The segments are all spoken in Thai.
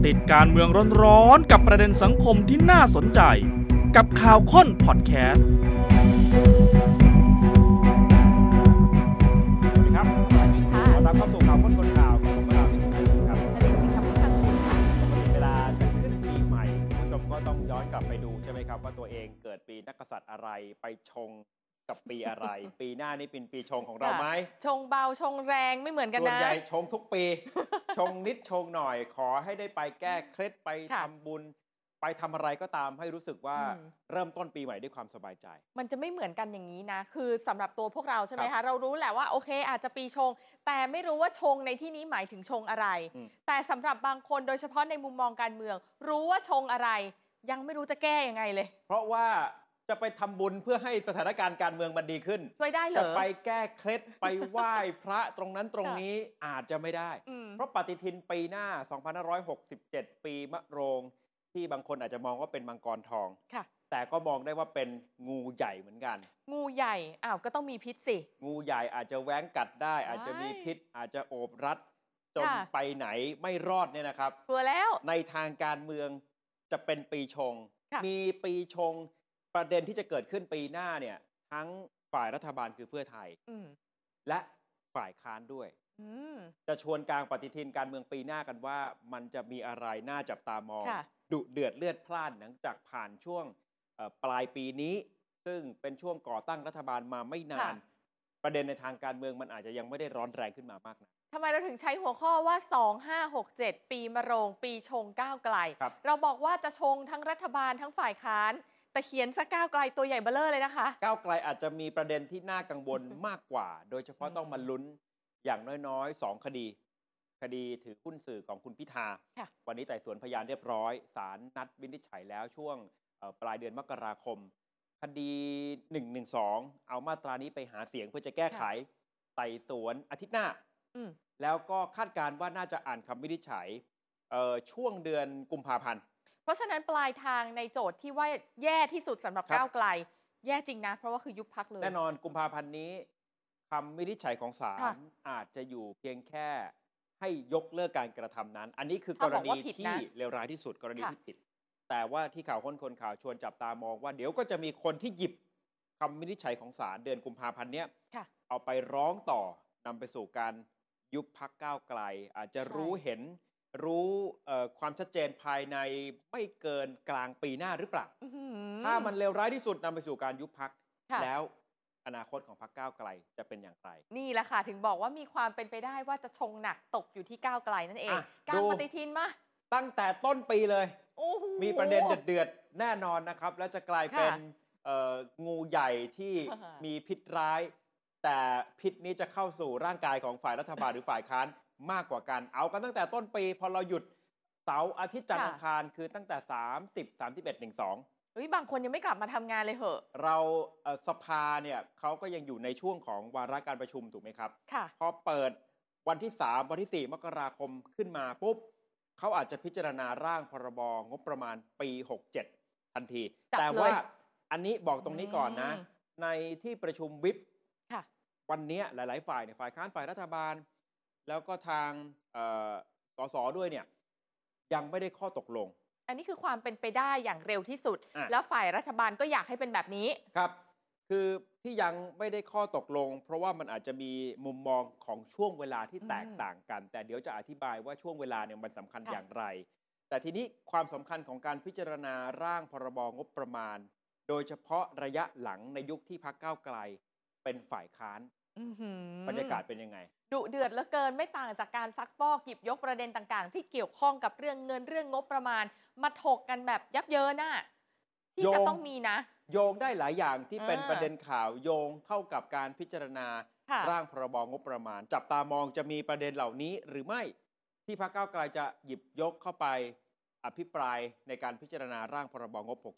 ติดการเมืองร้อนๆกับประเด็นสังคมที่น่าสนใจกับข่าวค้นพอดแคสต์สวัสดีครับสวัสดีค่ะต้อนรับเข้าสู่ข่าวค้นคนข่าวกับผมวราวิชิตครับนลินสิงห์พุทธคุณค่ะเวลาจะขึ้นปีใหม่ผู้ชมก็ต้องย้อนกลับไปดูใช่ไหมครับว่าตัวเองเกิดปีนักกษัตริย์อะไรไปชงกับปีอะไร ปีหน้านี่เป็นปีชงของเราไหมชงเบาชงแรงไม่เหมือนกันนะส่วนใหญ่ชงทุกปี ชงนิดชงหน่อยขอให้ได้ไปแก้เคล็ดไปทำบุญไปทำอะไรก็ตามให้รู้สึกว่าเริ่มต้นปีใหม่ด้วยความสบายใจมันจะไม่เหมือนกันอย่างนี้นะคือสำหรับตัวพวกเราใช่ไหมคะเรารู้แหละว่าโอเคอาจจะปีชงแต่ไม่รู้ว่าชงในที่นี้หมายถึงชงอะไรแต่สำหรับบางคนโดยเฉพาะในมุมมองการเมืองรู้ว่าชงอะไรยังไม่รู้จะแก้ยังไงเลยเพราะว่าจะไปทำบุญเพื่อให้สถานการณ์การเมืองมันดีขึ้นช่วยได้เหรอจะไปแก้เคล็ดไปไหว้พระตรงนั้นตรงนี้อาจจะไม่ได้เพราะปฏิทินปีหน้า2567ปีมะโรงที่บางคนอาจจะมองว่าเป็นมังกรทองแต่ก็มองได้ว่าเป็นงูใหญ่เหมือนกันงูใหญ่ก็ต้องมีพิษสิงูใหญ่อาจจะแหว้งกัดได้อาจจะมีพิษอาจจะโอบรัดจนไปไหนไม่รอดเนี่ยนะครับกลัวแล้วในทางการเมืองจะเป็นปีชงมีปีชงประเด็นที่จะเกิดขึ้นปีหน้าเนี่ยทั้งฝ่ายรัฐบาลคือเพื่อไทยและฝ่ายค้านด้วยจะชวนกลางปฏิทินการเมืองปีหน้ากันว่ามันจะมีอะไรน่าจับตามองดุเดือดเลือดพล่านหลังจากผ่านช่วงปลายปีนี้ซึ่งเป็นช่วงก่อตั้งรัฐบาลมาไม่นานประเด็นในทางการเมืองมันอาจจะยังไม่ได้ร้อนแรงขึ้นมามากนะทำไมเราถึงใช้หัวข้อว่า2567ปีมะโรงปีชงก้าวไกลเราบอกว่าจะชงทั้งรัฐบาลทั้งฝ่ายค้านแต่เขียนซะก้าวไกลตัวใหญ่เบ้อเร่อเลยนะคะก้าวไกลอาจจะมีประเด็นที่น่ากังวลมากกว่าโดยเฉพาะต้องมาลุ้นอย่างน้อยๆ2คดีถือหุ้นสื่อของคุณพิธาวันนี้ไต่สวนพยานเรียบร้อยศาลนัดวินิจฉัยแล้วช่วงปลายเดือนมกราคมคดี112เอามาตรานี้ไปหาเสียงเพื่อจะแก้ไขไต่สวนอาทิตย์หน้าแล้วก็คาดการณ์ว่าน่าจะอ่านคำวินิจฉัยช่วงเดือนกุมภาพันธ์เพราะฉะนั้นปลายทางในโจทย์ที่ว่าแย่ที่สุดสำหรับก้าวไกลแย่จริงนะเพราะว่าคือยุบพรรคเลยแน่นอนกุมภาพันธ์นี้คำวินิจฉัยของศาลอาจจะอยู่เพียงแค่ให้ยกเลิกการกระทำนั้นอันนี้คือกรณีที่เลวร้ายที่สุดกรณีที่ผิดแต่ว่าที่ข่าวค้นคนข่าวชวนจับตามองว่าเดี๋ยวก็จะมีคนที่หยิบคำวินิจฉัยของศาลเดือนกุมภาพันธ์นี้เอาไปร้องต่อนำไปสู่การยุบพรรคก้าวไกลอาจจะรู้ความชัดเจนภายในไม่เกินกลางปีหน้าหรือเปล่าถ้ามันเลวร้ายที่สุดนำไปสู่การยุบพรรคแล้วอนาคตของพรรคก้าวไกลจะเป็นอย่างไรนี่แหละค่ะถึงบอกว่ามีความเป็นไปได้ว่าจะชงหนักตกอยู่ที่ก้าวไกลนั่นเองการปฏิทินมาตั้งแต่ต้นปีเลยมีประเด็นเดือดแน่นอนนะครับและจะกลายเป็นงูใหญ่ที่มีพิษร้ายแต่พิษนี้จะเข้าสู่ร่างกายของฝ่ายรัฐบาลหรือฝ่ายค้านมากกว่ากันเอากันตั้งแต่ต้นปีพอเราหยุดเสาร์อาทิตย์จันทร์อังคารคือตั้งแต่30 31 12 บางคนยังไม่กลับมาทำงานเลยเหอะเราสภาเนี่ยเขาก็ยังอยู่ในช่วงของวาระการประชุมถูกไหมครับพอเปิดวันที่3วันที่4มกราคมขึ้นมาปุ๊บเขาอาจจะพิจารณาร่างพรบงบประมาณปี67ทันทีแต่ว่าอันนี้บอกตรงนี้ก่อนนะในที่ประชุมวิปวันนี้หลายๆฝ่ายฝ่ายค้านฝ่ายรัฐบาลแล้วก็ทางสสด้วยเนี่ยยังไม่ได้ข้อตกลงอันนี้คือความเป็นไปได้อย่างเร็วที่สุดแล้วฝ่ายรัฐบาลก็อยากให้เป็นแบบนี้ครับคือที่ยังไม่ได้ข้อตกลงเพราะว่ามันอาจจะมีมุมมองของช่วงเวลาที่แตกต่างกันแต่เดี๋ยวจะอธิบายว่าช่วงเวลาเนี่ยมันสำคัญอย่างไรแต่ทีนี้ความสำคัญของการพิจารณาร่างพรบงบประมาณโดยเฉพาะระยะหลังในยุคที่พรรคก้าวไกลเป็นฝ่ายค้านบรรยากาศเป็นยังไงดุเดือดเหลือเกินไม่ต่างจากการซักฟอกหยิบยกประเด็นต่างๆที่เกี่ยวข้องกับเรื่องเงินเรื่องงบประมาณมาถกกันแบบยับเยินน่ะที่จะต้องมีนะโยงได้หลายอย่างที่เป็นประเด็นข่าวโยงเข้ากับการพิจารณาร่างพรบงบประมาณจับตามองจะมีประเด็นเหล่านี้หรือไม่ที่พรรคก้าวไกลจะหยิบยกเข้าไปอภิปรายในการพิจารณาร่างพรบงบ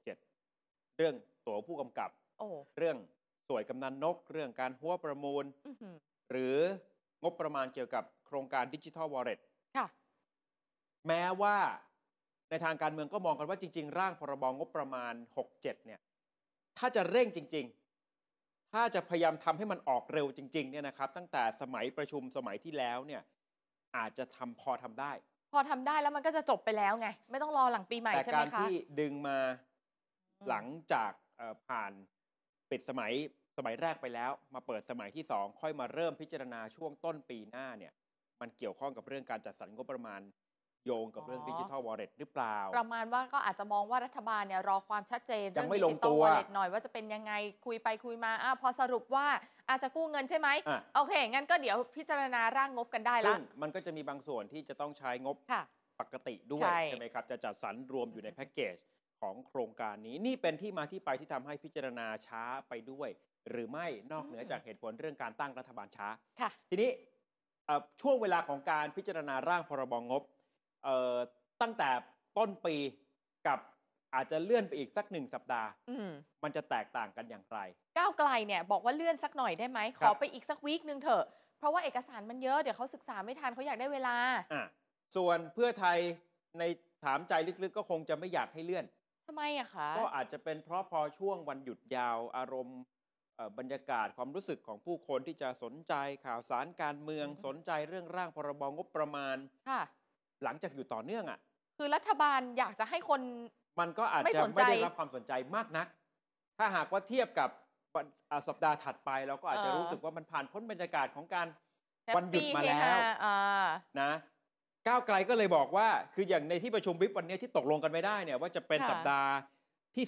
67เรื่องตั๋วผู้กำกับเรื่องสวยกำนันนกเรื่องการหัวประมูลหรืองบประมาณเกี่ยวกับโครงการดิจิทัลวอลเล็ตแม้ว่าในทางการเมืองก็มองกันว่าจริงๆร่างพรบงบประมาณ67เนี่ยถ้าจะเร่งจริงๆถ้าจะพยายามทำให้มันออกเร็วจริงๆเนี่ยนะครับตั้งแต่สมัยประชุมสมัยที่แล้วเนี่ยอาจจะพอทำได้พอทำได้แล้วมันก็จะจบไปแล้วไงไม่ต้องรอหลังปีใหม่แต่ใช่ไหมการคะที่ดึงมาหลังจากผ่านปิดสมัยแรกไปแล้วมาเปิดสมัยที่2ค่อยมาเริ่มพิจารณาช่วงต้นปีหน้าเนี่ยมันเกี่ยวข้องกับเรื่องการจัดสรรงบประมาณโยงกับเรื่องดิจิทัลวอลเล็ตหรือเปล่าประมาณว่าก็อาจจะมองว่ารัฐบาลเนี่ยรอความชัดเจนยัเรื่องงไม่ดิลจิงตอตัลววอลเล็ตหน่อยว่าจะเป็นยังไงคุยไปคุยมาพอสรุปว่าอาจจะกู้เงินใช่ไหมโอเคงั้นก็เดี๋ยวพิจารณาร่างงบกันได้ละซึ่งมันก็จะมีบางส่วนที่จะต้องใช้งบปกติด้วยใช่ไหมครับจะจัดสรรรวมอยู่ในแพ็กเกจของโครงการนี้นี่เป็นที่มาที่ไปที่ทำให้พิจารณาช้าไปด้วย หรือไม่นอกเหนือจากเหตุผลเรื่องการตั้งรัฐบาลช้าทีนี้ช่วงเวลาของการพิจารณาร่างพรบงบตั้งแต่ต้นปีกับอาจจะเลื่อนไปอีกสัก1 สัปดาห์มันจะแตกต่างกันอย่างไรก้าวไกลเนี่ยบอกว่าเลื่อนสักหน่อยได้ไหมขอไปอีกสักวีคนึงเถอะเพราะว่าเอกสารมันเยอะเดี๋ยวเขาศึกษาไม่ทันเขาอยากได้เวลาส่วนเพื่อไทยในถามใจลึกๆก็คงจะไม่อยากให้เลื่อนทำไมอะคะก็อาจจะเป็นเพราะพอช่วงวันหยุดยาวอารมณ์บรรยากาศความรู้สึกของผู้คนที่จะสนใจข่าวสารการเมืองสนใจเรื่องร่างพรบงบประมาณหลังจากอยู่ต่อเนื่องคือรัฐบาลอยากจะให้คนมันก็อาจจะไม่ได้รับความสนใจมากนักถ้าหากว่าเทียบกับสัปดาห์ถัดไปเราก็อาจจะรู้สึกว่ามันผ่านพ้นบรรยากาศของการวันหยุดมาแล้วนะก้าวไกลก็เลยบอกว่าคืออย่างในที่ประชุมวิปวันนี้ที่ตกลงกันไม่ได้เนี่ยว่าจะเป็นสัปดาห์ที่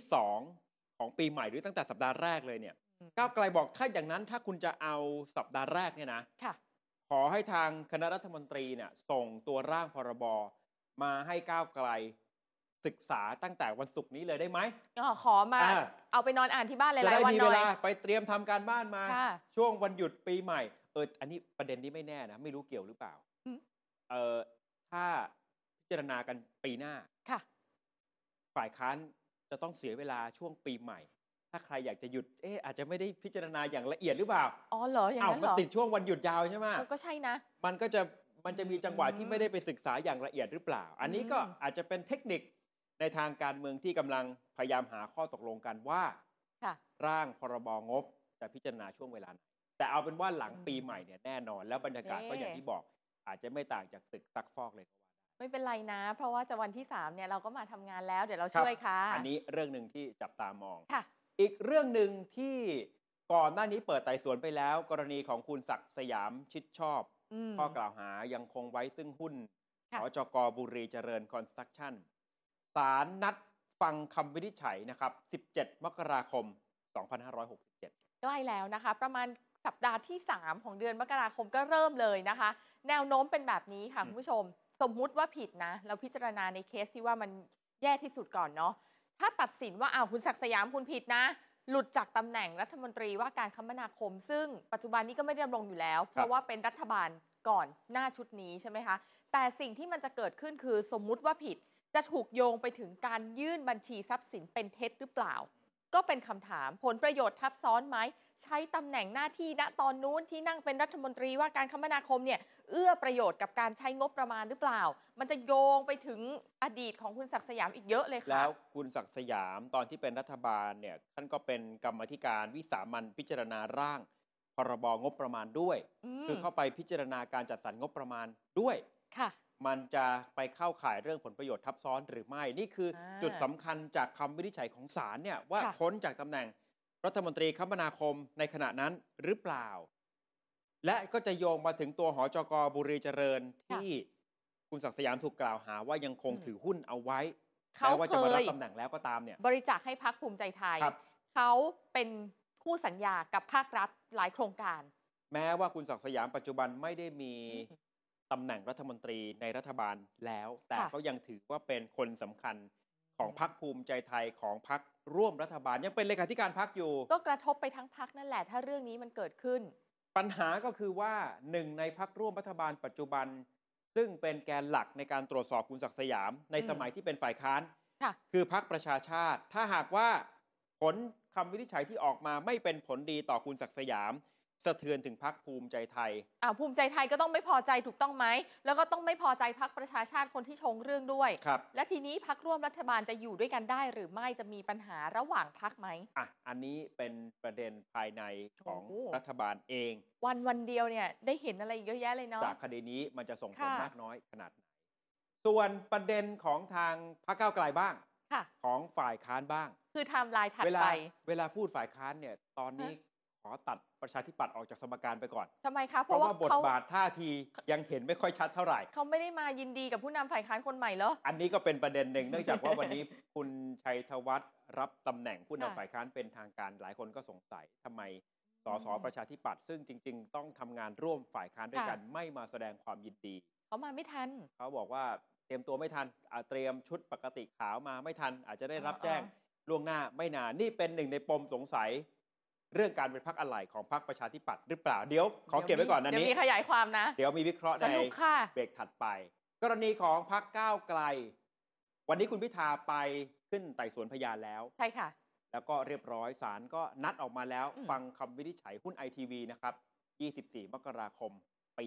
2ของปีใหม่หรือตั้งแต่สัปดาห์แรกเลยเนี่ยก้าวไกลบอกถ้าอย่างนั้นถ้าคุณจะเอาสัปดาห์แรกเนี่ยนะขอให้ทางคณะรัฐมนตรีเนี่ยส่งตัวร่างพรบมาให้ก้าวไกลศึกษาตั้งแต่วันศุกร์นี้เลยได้ไหมขอมาเอาไปนอนอ่านที่บ้านหลายๆวันหน่อยจะได้มีเวลาไปเตรียมทำการบ้านมาช่วงวันหยุดปีใหม่อันนี้ประเด็นนี้ไม่แน่นะไม่รู้เกี่ยวหรือเปล่าถ้าพิจารณากันปีหน้าฝ่ายค้านจะต้องเสียเวลาช่วงปีใหม่ถ้าใครอยากจะหยุดอาจจะไม่ได้พิจารณาอย่างละเอียดหรือเปล่าเหรออย่างนั้นเหรอมันติดช่วงวันหยุดยาวใช่ไหมก็ใช่นะมันจะมีจังหวะที่ไม่ได้ไปศึกษาอย่างละเอียดหรือเปล่าอันนี้ก็อาจจะเป็นเทคนิคในทางการเมืองที่กำลังพยายามหาข้อตกลงกันว่าร่างพรบงบจะพิจารณาช่วงเวลาไหนแต่เอาเป็นว่าหลังปีใหม่เนี่ยแน่นอนแล้วบรรยากาศก็อย่างที่บอกอาจจะไม่ต่างจากศึกซักฟอกเลยไม่เป็นไรนะเพราะว่าจะวันที่3เนี่ยเราก็มาทำงานแล้วเดี๋ยวเราช่วยค่ะอันนี้เรื่องหนึ่งที่จับตามองอีกเรื่องหนึ่งที่ก่อนหน้านี้เปิดไต่สวนไปแล้วกรณีของคุณศักดิ์สยามชิดชอบข้อกล่าวหายังคงไว้ซึ่งหุ้นหจก.บุรีเจริญคอนสตรักชั่นศาลนัดฟังคำวินิจฉัยนะครับ17 มกราคม 2567 ใกล้แล้วนะคะประมาณสัปดาห์ที่3ของเดือนมกราคมก็เริ่มเลยนะคะแนวโน้มเป็นแบบนี้ค่ะคุณผู้ชมสมมุติว่าผิดนะเราพิจารณาในเคสที่ว่ามันแย่ที่สุดก่อนเนาะถ้าตัดสินว่าคุณศักดิ์สยามคุณผิดนะหลุดจากตำแหน่งรัฐมนตรีว่าการคมนาคมซึ่งปัจจุบันนี้ก็ไม่ได้ดำรงอยู่แล้วเพราะว่าเป็นรัฐบาลก่อนหน้าชุดนี้ใช่ไหมคะแต่สิ่งที่มันจะเกิดขึ้นคือสมมุติว่าผิดจะถูกโยงไปถึงการยื่นบัญชีทรัพย์สินเป็นเท็จหรือเปล่าก็เป็นคำถามผลประโยชน์ทับซ้อนไหมใช้ตำแหน่งหน้าที่ณตอนนู้นที่นั่งเป็นรัฐมนตรีว่าการคมนาคมเนี่ยเอื้อประโยชน์กับการใช้งบประมาณหรือเปล่ามันจะโยงไปถึงอดีตของคุณศักดิ์สยามอีกเยอะเลยค่ะแล้วคุณศักดิ์สยามตอนที่เป็นรัฐบาลเนี่ยท่านก็เป็นกรรมาธิการวิสามัญพิจารณาร่างพรบงบประมาณด้วยคือเข้าไปพิจารณาการจัดสรรงบประมาณด้วยมันจะไปเข้าข่ายเรื่องผลประโยชน์ทับซ้อนหรือไม่นี่คือจุดสำคัญจากคำวินิจฉัยของศาลเนี่ยว่าพ้นจากตำแหน่งรัฐมนตรีคมนาคมในขณะนั้นหรือเปล่าและก็จะโยงมาถึงตัวหจก.บุรีเจริญที่คุณศักดิ์สยามถูกกล่าวหาว่ายังคงถือหุ้นเอาไว้แม้ว่าจะมารับตำแหน่งแล้วก็ตามเนี่ยบริจาคให้พรรคภูมิใจไทยเขาเป็นคู่สัญญากับภาครัฐหลายโครงการแม้ว่าคุณศักดิ์สยามปัจจุบันไม่ได้มีตำแหน่งรัฐมนตรีในรัฐบาลแล้วแต่ก็ยังถือว่าเป็นคนสำคัญของพรรคภูมิใจไทยของพรรคร่วมรัฐบาลยังเป็นเลขาธิการพรรคอยู่ก็กระทบไปทั้งพรรคนั่นแหละถ้าเรื่องนี้มันเกิดขึ้นปัญหาก็คือว่าหนึ่งในพรรคร่วมรัฐบาลปัจจุบันซึ่งเป็นแกนหลักในการตรวจสอบคุณศักดิ์สยามในสมัยที่เป็นฝ่ายค้านคือพรรคประชาชาติถ้าหากว่าผลคำวินิจฉัยที่ออกมาไม่เป็นผลดีต่อคุณศักดิ์สยามสะเทือนถึงพรรคภูมิใจไทยภูมิใจไทยก็ต้องไม่พอใจถูกต้องไหมแล้วก็ต้องไม่พอใจพรรคประชาชาติคนที่ชงเรื่องด้วยและทีนี้พรรคร่วมรัฐบาลจะอยู่ด้วยกันได้หรือไม่จะมีปัญหาระหว่างพรรคไหมอันนี้เป็นประเด็นภายในของรัฐบาลเองวันเดียวเนี่ยได้เห็นอะไรเยอะแยะเลยเนาะจากคดีนี้มันจะส่งผลมากน้อยขนาดไหนส่วนประเด็นของทางพรรคก้าวไกลบ้างค่ะของฝ่ายค้านบ้างคือไทม์ไลน์ถัดเวลาไปเวลาพูดฝ่ายค้านเนี่ยตอนนี้ขอตัดประชาธิปัตย์ออกจากสมการไปก่อนทำไมคะเพราะว่าบทบาทท่าทียังเห็นไม่ค่อยชัดเท่าไหร่เขาไม่ได้มายินดีกับผู้นำฝ่ายค้านคนใหม่เหรออันนี้ก็เป็นประเด็นหนึ่ง เนื่องจากว่าวันนี้คุณชัยธวัฒน์รับตำแหน่งผู้นำฝ่ายค้านเป็นทางการหลายคนก็สงสัยทำไมสสประชาธิปัตย์ซึ่งจริง ๆ ต้องทำงานร่วมฝ่ายค้านด้วยกันไม่มาแสดงความยินดีเขามาไม่ทันเขาบอกว่าเตรียมตัวไม่ทันเตรียมชุดปกติขาวมาไม่ทัน อาจจะได้รับแจ้งล่วงหน้าไม่นานนี่เป็นหนึ่งในปมสงสัย เรื่องการเป็นพรรคอะไหล่ของพรรคประชาธิปัตย์หรือเปล่าเดี๋ยวขอเก็บไว้ก่อนนะนี้เดี๋ยวมีขยายความนะเดี๋ยวมีวิเคราะห์ในสนุกค่ะเบรกถัดไป กรณีของพรรคก้าวไกล วันนี้คุณพิธาไปขึ้นไต่สวนพยานแล้วใช่ค่ะแล้วก็เรียบร้อยศาลก็นัดออกมาแล้ว ฟังคำวินิจฉัยหุ้นไอทีวีนะครับ24 มกราคมปี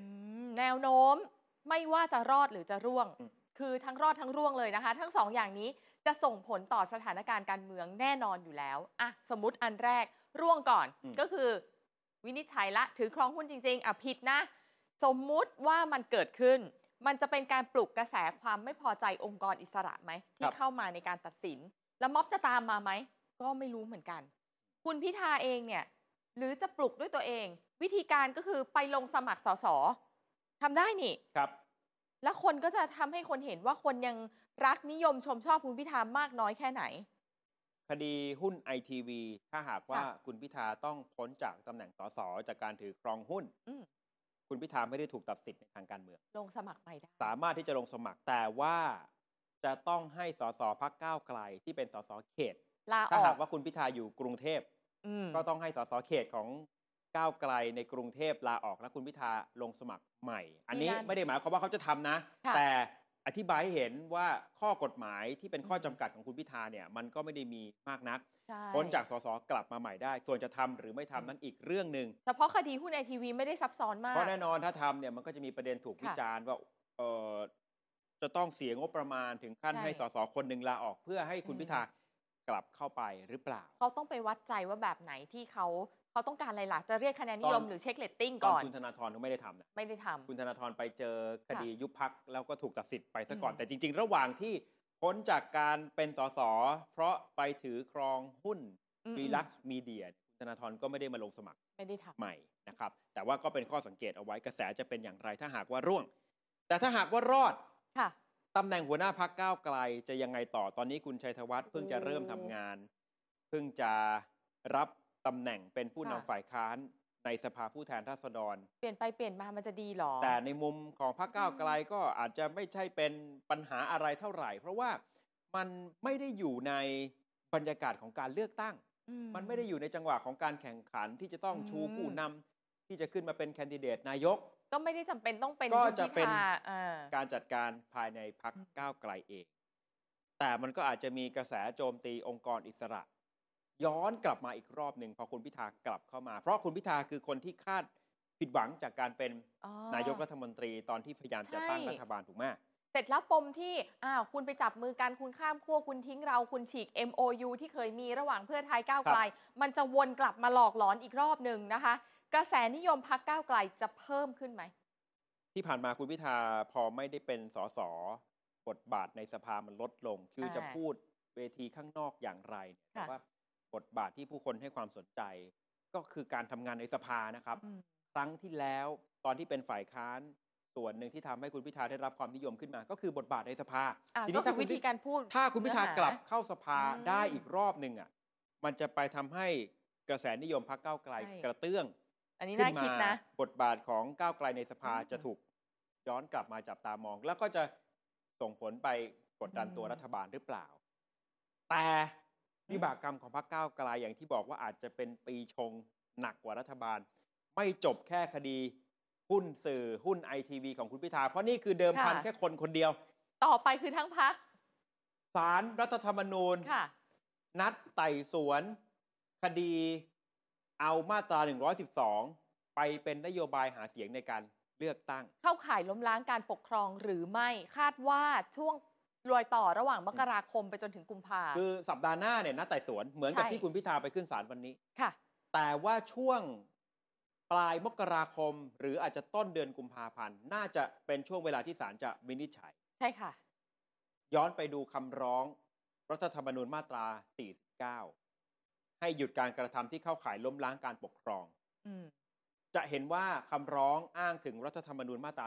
67 แนวโน้มไม่ว่าจะรอดหรือจะร่วง คือทั้งรอดทั้งร่วงเลยนะคะ ทั้งสองอย่างนี้จะส่งผลต่อสถานการณ์การเมืองแน่นอนอยู่แล้วอ่ะสมมติอันแรกร่วงก่อนก็คือวินิจฉัยละถือครองหุ้นจริงๆอ่ะผิดนะสมมุติว่ามันเกิดขึ้น มันจะเป็นการปลุกกระแสความไม่พอใจองค์กรอิสระไหมที่เข้ามาในการตัดสินแล้วม็อบจะตามมาไหมก็ไม่รู้เหมือนกันคุณพิธาเองเนี่ยหรือจะปลุกด้วยตัวเอง วิธีการก็คือไปลงสมัครสสทำได้นี่ครับแล้วคนก็จะทำให้คนเห็นว่าคนยังรักนิยมชมชอบคุณพิธามากน้อยแค่ไหนคดีหุ้นไอทีวีถ้าหากว่าคุณพิธาต้องพ้นจากตำแหน่งสสจากการถือครองหุ้นคุณพิธาไม่ได้ถูกตัดสิทธิ์ในทางการเมืองลงสมัครใหม่ได้สามารถที่จะลงสมัครแต่ว่าจะต้องให้สสพรรคก้าวไกลที่เป็นสสเขตลาออกถ้าหากว่าคุณพิธาอยู่กรุงเทพก็ต้องให้สสเขตของก้าวไกลในกรุงเทพลาออกแล้วคุณพิธาลงสมัครใหม่อันนี้ไม่ได้หมายความว่าเขาจะทำนะแต่อธิบายให้เห็นว่าข้อกฎหมายที่เป็นข้อจำกัดของคุณพิธาเนี่ยมันก็ไม่ได้มีมากนักพ้นจากสสกลับมาใหม่ได้ส่วนจะทำหรือไม่ทำนั้นอีกเรื่องหนึ่งเฉพาะคดีหุ้นไอทีวีไม่ได้ซับซ้อนมากเพราะแน่นอนถ้าทำเนี่ยมันก็จะมีประเด็นถูกวิจารณ์ว่าจะต้องเสียงบประมาณถึงขั้นให้สสคนหนึ่งลาออกเพื่อให้คุณพิธากลับเข้าไปหรือเปล่าเขาต้องไปวัดใจว่าแบบไหนที่เขาต้องการอะไรล่ะจะเรียกคะแนนนิยมหรือเช็คเรตติ้งก่อนคุณธนาธรก็ไม่ได้ทำนะไม่ได้ทำคุณธนาธรไปเจอคดียุบพรรคแล้วก็ถูกตัดสิทธิ์ไปซะก่อนแต่จริงๆระหว่างที่พ้นจากการเป็นสสเพราะไปถือครองหุ้นวีลักซ์มีเดียคุณธนาธรก็ไม่ได้มาลงสมัครไม่ได้ทำใหม่นะครับแต่ว่าก็เป็นข้อสังเกตเอาไว้กระแสจะเป็นอย่างไรถ้าหากว่าร่วงแต่ถ้าหากว่ารอดตำแหน่งหัวหน้าพรรคก้าวไกลจะยังไงต่อตอนนี้คุณชัยธวัฒน์เพิ่งจะเริ่มทำงานเพิ่งจะรับตำแหน่งเป็นผู้นำฝ่ายค้านในสภาผู้แทนราษฎรเปลี่ยนไปเปลี่ยนมามันจะดีหรอแต่ในมุมของพรรคก้าวไกลก็อาจจะไม่ใช่เป็นปัญหาอะไรเท่าไหร่เพราะว่ามันไม่ได้อยู่ในบรรยากาศของการเลือกตั้งมันไม่ได้อยู่ในจังหวะของการแข่งขันที่จะต้องชูผู้นำที่จะขึ้นมาเป็นแคนดิเดตนายกก็ไม่ได้จำเป็นต้องเป็นก็จะเป็นการจัดการภายในพรรคก้าวไกลเองแต่มันก็อาจจะมีกระแสโจมตีองค์กรอิสระย้อนกลับมาอีกรอบหนึ่งพอคุณพิธากลับเข้ามาเพราะคุณพิธาคือคนที่คาดผิดหวังจากการเป็นนายกรัฐมนตรีตอนที่พยายามจะตั้งรัฐบาลถูกไหมเสร็จแล้วปมที่คุณไปจับมือกันคุณข้ามขั้วคุณทิ้งเราคุณฉีก MOU ที่เคยมีระหว่างเพื่อไทยก้าวไกลมันจะวนกลับมาหลอกหลอนอีกรอบหนึ่งนะคะกระแสนิยมพรรคก้าวไกลจะเพิ่มขึ้นไหมที่ผ่านมาคุณพิธาพอไม่ได้เป็นสสบทบาทในสภามันลดลงคือจะพูดเวทีข้างนอกอย่างไรแต่ว่าบทบาทที่ผู้คนให้ความสนใจก็คือการทำงานในสภานะครับครั้งที่แล้วตอนที่เป็นฝ่ายค้านส่วนหนึ่งที่ทำให้คุณพิธาได้รับความนิยมขึ้นมาก็คือบทบาทในสภาทีนี้ถ้าวิธีการพูดถ้าคุณพิธากลับเข้าสภาได้อีกรอบหนึ่งมันจะไปทำให้กระแสนิยมพรรคก้าวไกลกระเตื้องอันนี้น่าคิดนะบทบาทของก้าวไกลในสภาจะถูกย้อนกลับมาจับตามองแล้วก็จะส่งผลไปกดดันตัวรัฐบาลหรือเปล่าแต่วิบากกรรมของพรรคก้าวไกลอย่างที่บอกว่าอาจจะเป็นปีชงหนักกว่ารัฐบาลไม่จบแค่คดีหุ้นสื่อหุ้นไอทีวีของคุณพิธาเพราะนี่คือเดิมพันแค่คนเดียวต่อไปคือทั้งพรรคศาลรัฐธรรมนูญนัดไต่สวนคดีเอามาตรา112ไปเป็นนโยบายหาเสียงในการเลือกตั้งเข้าข่ายล้มล้างการปกครองหรือไม่คาดว่าช่วงรอยต่อระหว่างมกราคมไปจนถึงกุมภาคือสัปดาห์หน้าเนี่ยนัดไต่สวนเหมือนกับที่คุณพิธาไปขึ้นศาลวันนี้ค่ะแต่ว่าช่วงปลายมกราคมหรืออาจจะต้นเดือนกุมภาพันธ์น่าจะเป็นช่วงเวลาที่ศาลจะวินิจฉัยช่ค่ะย้อนไปดูคำร้องรัฐธรรมนูญมาตรา 49 ให้หยุดการกระทำที่เข้าข่ายล้มล้างการปกครองจะเห็นว่าคำร้องอ้างถึงรัฐธรรมนูญมาตรา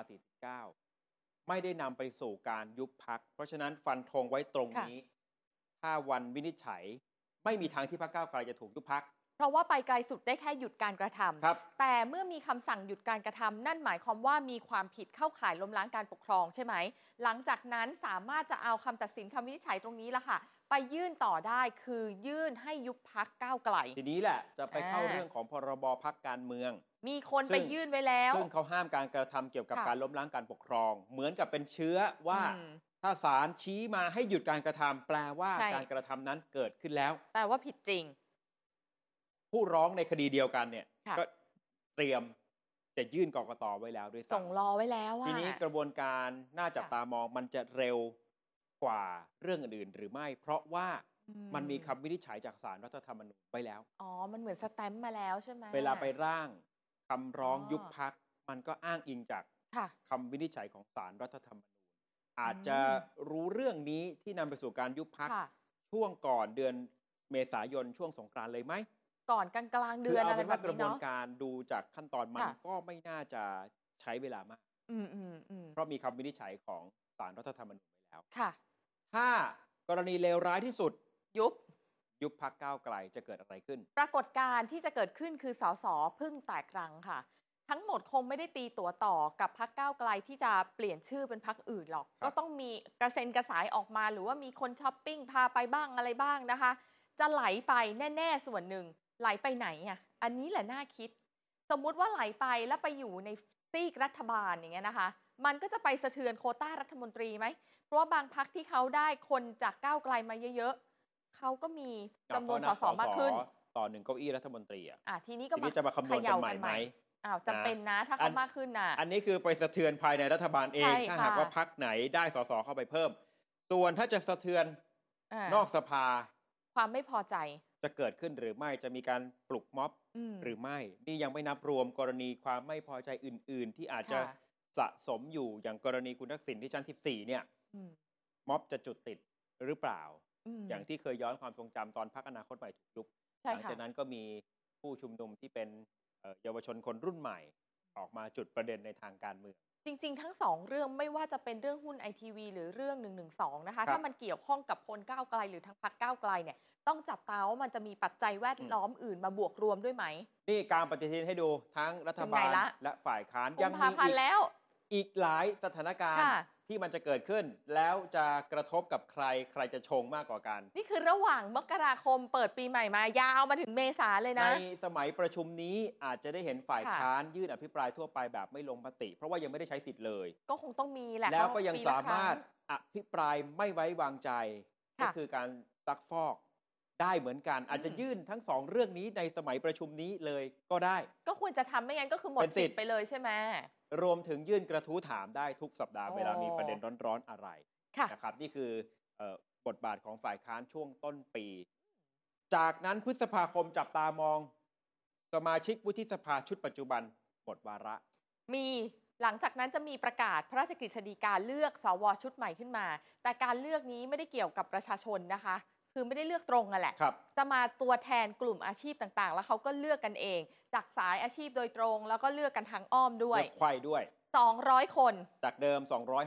49 ไม่ได้นำไปสู่การยุบพรรคเพราะฉะนั้นฟันธงไว้ตรงนี้ถ้าวันวินิจฉัยไม่มีทางที่พรรคก้าวไกลจะถูกยุบพรรคเพราะว่าไปไกลสุดได้แค่หยุดการกระทำแต่เมื่อมีคำสั่งหยุดการกระทำนั่นหมายความว่ามีความผิดเข้าข่ายล้มล้างการปกครองใช่ไหมหลังจากนั้นสามารถจะเอาคำตัดสินคำวินิจฉัยตรงนี้ละค่ะไปยื่นต่อได้คือยื่นให้ยุบพรรคก้าวไกลทีนี้แหละจะไปเข้าเรื่องของพรบพรรคการเมืองมีคนไปยื่นไว้แล้วซึ่งเขาห้ามการกระทำเกี่ยวกับการล้มล้างการปกครองเหมือนกับเป็นเชื้อว่าถ้าศาลชี้มาให้หยุดการกระทำแปลว่าการกระทำนั้นเกิดขึ้นแล้วแปลว่าผิดจริงผู้ร้องในคดีเดียวกันเนี่ยก็เตรียมจะยื่นกกต.ไว้แล้วด้วยซ้ำส่งรอไว้แล้วทีนี้กระบวนการน่าจับตามองมันจะเร็วกว่าเรื่องอื่นๆหรือไม่เพราะว่ามันมีคำวินิจฉัยจากศาลรัฐธรรมนูญไว้แล้วมันเหมือนสแตมป์มาแล้วใช่ไหมเวลาไปร่างคำร้องยุบพรรคมันก็อ้างอิงจากคำวินิจฉัยของศาลรัฐธรรมนูญอาจจะรู้เรื่องนี้ที่นำไปสู่การยุบพรรคช่วงก่อนเดือนเมษายนช่วงสงกรานต์เลยไหมก่อนกลางเดือนอะไรแบบนี้เนาะกระบวนการดูจากขั้นตอนมันก็ไม่น่าจะใช้เวลามากเพราะมีคำวินิจฉัยของศาลรัฐธรรมนูญไว้แล้วถ้ากรณีเลวร้ายที่สุดยุบพรรคก้าวไกลจะเกิดอะไรขึ้นปรากฏการณ์ที่จะเกิดขึ้นคือสสพึ่งแตกรังค่ะทั้งหมดคงไม่ได้ตีตัวต่อกับพรรคก้าวไกลที่จะเปลี่ยนชื่อเป็นพรรคอื่นหรอกก็ต้องมีกระเซ็นกระสายออกมาหรือว่ามีคนช้อปปิ้งพาไปบ้างอะไรบ้างนะคะจะไหลไปแน่ๆส่วนหนึ่งไหลไปไหนอ่ะอันนี้แหละน่าคิดสมมุติว่าไหลไปแล้วไปอยู่ในซีกรัฐบาลอย่างเงี้ยนะคะมันก็จะไปสะเทือนโควต้ารัฐมนตรีไหมเพราะว่าบางพรรคที่เขาได้คนจากก้าวไกลมาเยอะๆเขาก็มีจำนวนสสมากขึ้นต่อ1เก้าอี้รัฐมนตรีทีนี้ก็จะมาคำนวณกันใหม่ไหมจำเป็นนะถ้าเขามากขึ้นนะอันนี้คือไปสะเทือนภายในรัฐบาลเองถ้าหากว่าพรรคไหนได้สสเข้าไปเพิ่มส่วนถ้าจะสะเทือนนอกสภาความไม่พอใจจะเกิดขึ้นหรือไม่จะมีการปลุกม็อบหรือไม่นี่ยังไม่นับรวมกรณีความไม่พอใจอื่นๆที่อาจจะสะสมอยู่อย่างกรณีคุณทักษิณที่ชั้น14เนี่ยม็อบจะจุดติดหรือเปล่าอย่างที่เคยย้อนความทรงจำตอนพรรคอนาคตใหม่ถูกยุบหลังจากนั้นก็มีผู้ชุมนุมที่เป็นเยาวชนคนรุ่นใหม่ออกมาจุดประเด็นในทางการเมืองจริงๆทั้งสองเรื่องไม่ว่าจะเป็นเรื่องหุ้น ITV หรือเรื่อง112นะคะถ้ามันเกี่ยวข้องกับคนก้าวไกลหรือทั้งพรรคก้าวไกลเนี่ยต้องจับตาว่ามันจะมีปัจจัยแวดล้อมอื่นมาบวกรวมด้วยไหมนี่การปฏิทินให้ดูทั้งรัฐบาลและฝ่ายค้านยังมีอีกหลายสถานการณ์ที่มันจะเกิดขึ้นแล้วจะกระทบกับใครจะชงมากกว่ากันนี่คือระหว่างมกราคมเปิดปีใหม่มายาวมาถึงเมษาเลยนะในสมัยประชุมนี้อาจจะได้เห็นฝ่ายค้านยื่นอภิปรายทั่วไปแบบไม่ลงมติเพราะว่ายังไม่ได้ใช้สิทธิ์เลยก็คงต้องมีแหละแล้วก็ยังสามารถอภิปรายไม่ไว้วางใจก็คือการซักฟอกได้เหมือนกันอาจจะยื่นทั้ง2เรื่องนี้ในสมัยประชุมนี้เลยก็ได้ก็ควรจะทำไม่งั้นก็คือหมดสิทธิ์ไปเลยใช่ไหมรวมถึงยื่นกระทู้ถามได้ทุกสัปดาห์เวลามีประเด็นร้อนๆอะไรนะครับนี่คือบทบาทของฝ่ายค้านช่วงต้นปีจากนั้นพฤษภาคมจับตามองสมาชิกวุฒิสภาชุดปัจจุบันหมดวาระมีหลังจากนั้นจะมีประกาศพระราชกฤษฎีกาเลือกสวชุดใหม่ขึ้นมาแต่การเลือกนี้ไม่ได้เกี่ยวกับประชาชนนะคะคือไม่ได้เลือกตรงนั่นแหละจะมาตัวแทนกลุ่มอาชีพต่างๆแล้วเขาก็เลือกกันเองจากสายอาชีพโดยตรงแล้วก็เลือกกันทางอ้อมด้วยเลือกไขว้ด้วย 200คนจากเดิม